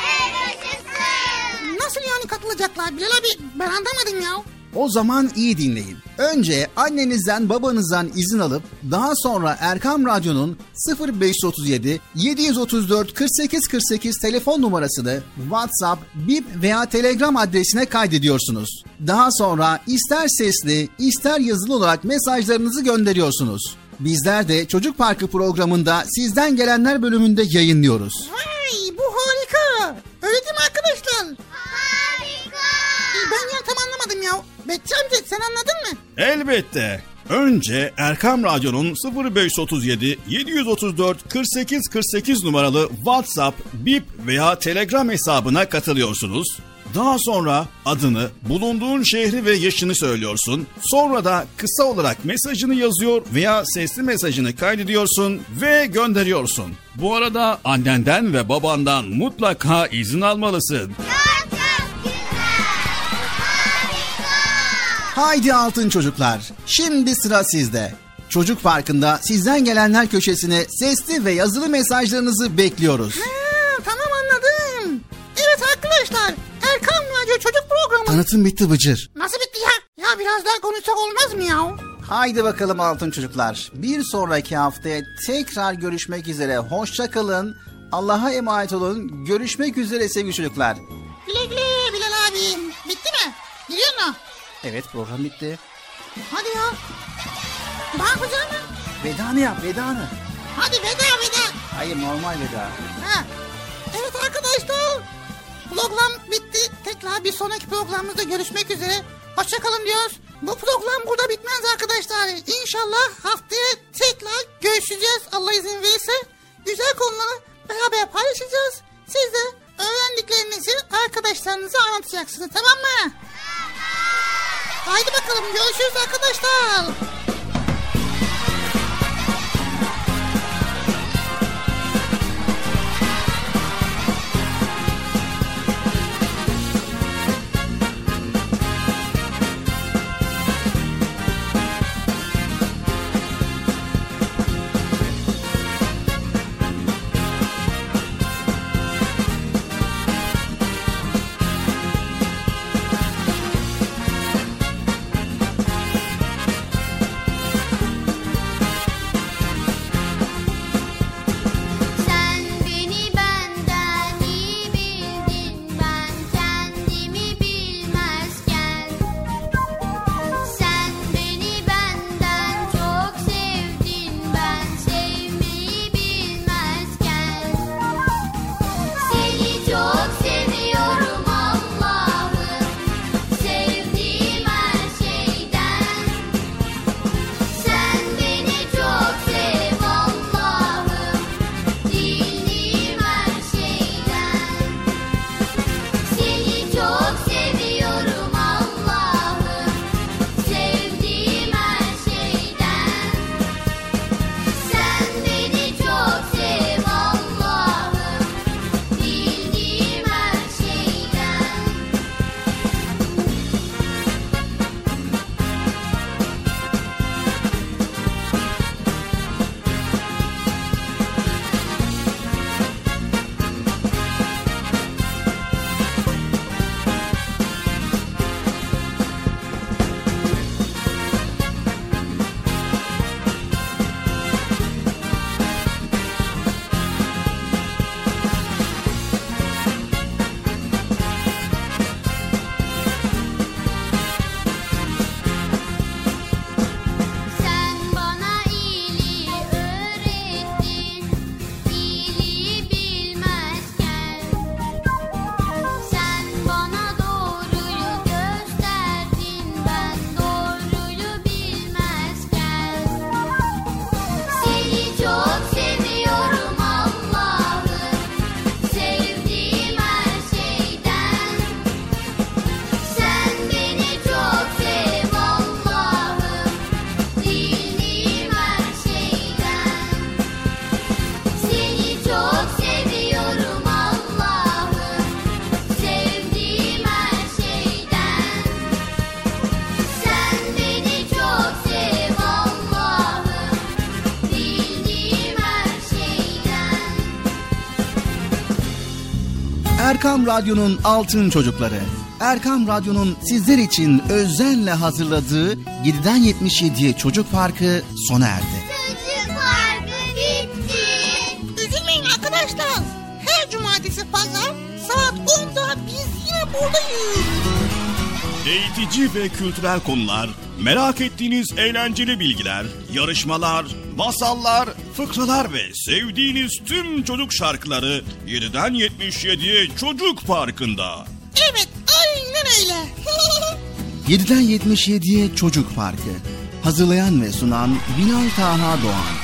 Nasıl yani katılacaklar Bilal abi? Ben anlamadım ya. O zaman iyi dinleyin. Önce annenizden babanızdan izin alıp daha sonra Erkam Radyo'nun 0537 734 48 48 telefon numarasını WhatsApp, Bip veya Telegram adresine kaydediyorsunuz. Daha sonra ister sesli ister yazılı olarak mesajlarınızı gönderiyorsunuz. Bizler de Çocuk Parkı programında sizden gelenler bölümünde yayınlıyoruz. Vay, bu harika. Öyle değil mi arkadaşlar? Harika. Ben ya tam anlamadım ya. Bekçi amca sen anladın mı? Elbette. Önce Erkam Radyo'nun 0537 734 48 48 numaralı WhatsApp, Bip veya Telegram hesabına katılıyorsunuz. Daha sonra adını, bulunduğun şehri ve yaşını söylüyorsun. Sonra da kısa olarak mesajını yazıyor veya sesli mesajını kaydediyorsun ve gönderiyorsun. Bu arada annenden ve babandan mutlaka izin almalısın. Çok güzel. Harika. Haydi altın çocuklar, şimdi sıra sizde. Çocuk Parkı'nda sizden gelenler köşesine sesli ve yazılı mesajlarınızı bekliyoruz. Tamam anladım. Evet arkadaşlar, Erkam Radyo Çocuk Programı. Tanıtım bitti Bıcır. Nasıl bitti ya? Ya biraz daha konuşsak olmaz mı ya? Haydi bakalım altın çocuklar. Bir sonraki haftaya tekrar görüşmek üzere. Hoşça kalın. Allah'a emanet olun. Görüşmek üzere sevgili çocuklar. Güle güle Bilal abi. Bitti mi? Gidiyor mu? Evet, program bitti. Hadi ya. Ne yapacağım mı? Vedanı yap, vedanı. Hadi veda. Hayır, normal veda. Ha. Evet arkadaşlar. Program bitti. Tekrar bir sonraki programımızda görüşmek üzere. Hoşçakalın diyoruz. Bu program burada bitmez arkadaşlar. İnşallah haftaya tekrar görüşeceğiz. Allah izin verirse. Güzel konuları beraber paylaşacağız. Siz de öğrendiklerinizi arkadaşlarınıza anlatacaksınız. Tamam mı? Haydi bakalım görüşürüz arkadaşlar. Erkam Radyo'nun Altın Çocukları. Erkam Radyo'nun sizler için özenle hazırladığı 7'den 77'ye Çocuk Parkı sona erdi. Çocuk Parkı bitti. Üzülmeyin arkadaşlar. Her cumartesi pazar saat 10'da biz yine buradayız. Eğitici ve kültürel konular, merak ettiğiniz eğlenceli bilgiler, yarışmalar, masallar, fıkralar ve sevdiğiniz tüm çocuk şarkıları 7'den 77'ye Çocuk Parkı'nda. Evet, aynen öyle. 7'den 77'ye Çocuk Parkı. Hazırlayan ve sunan Binal Taha Doğan.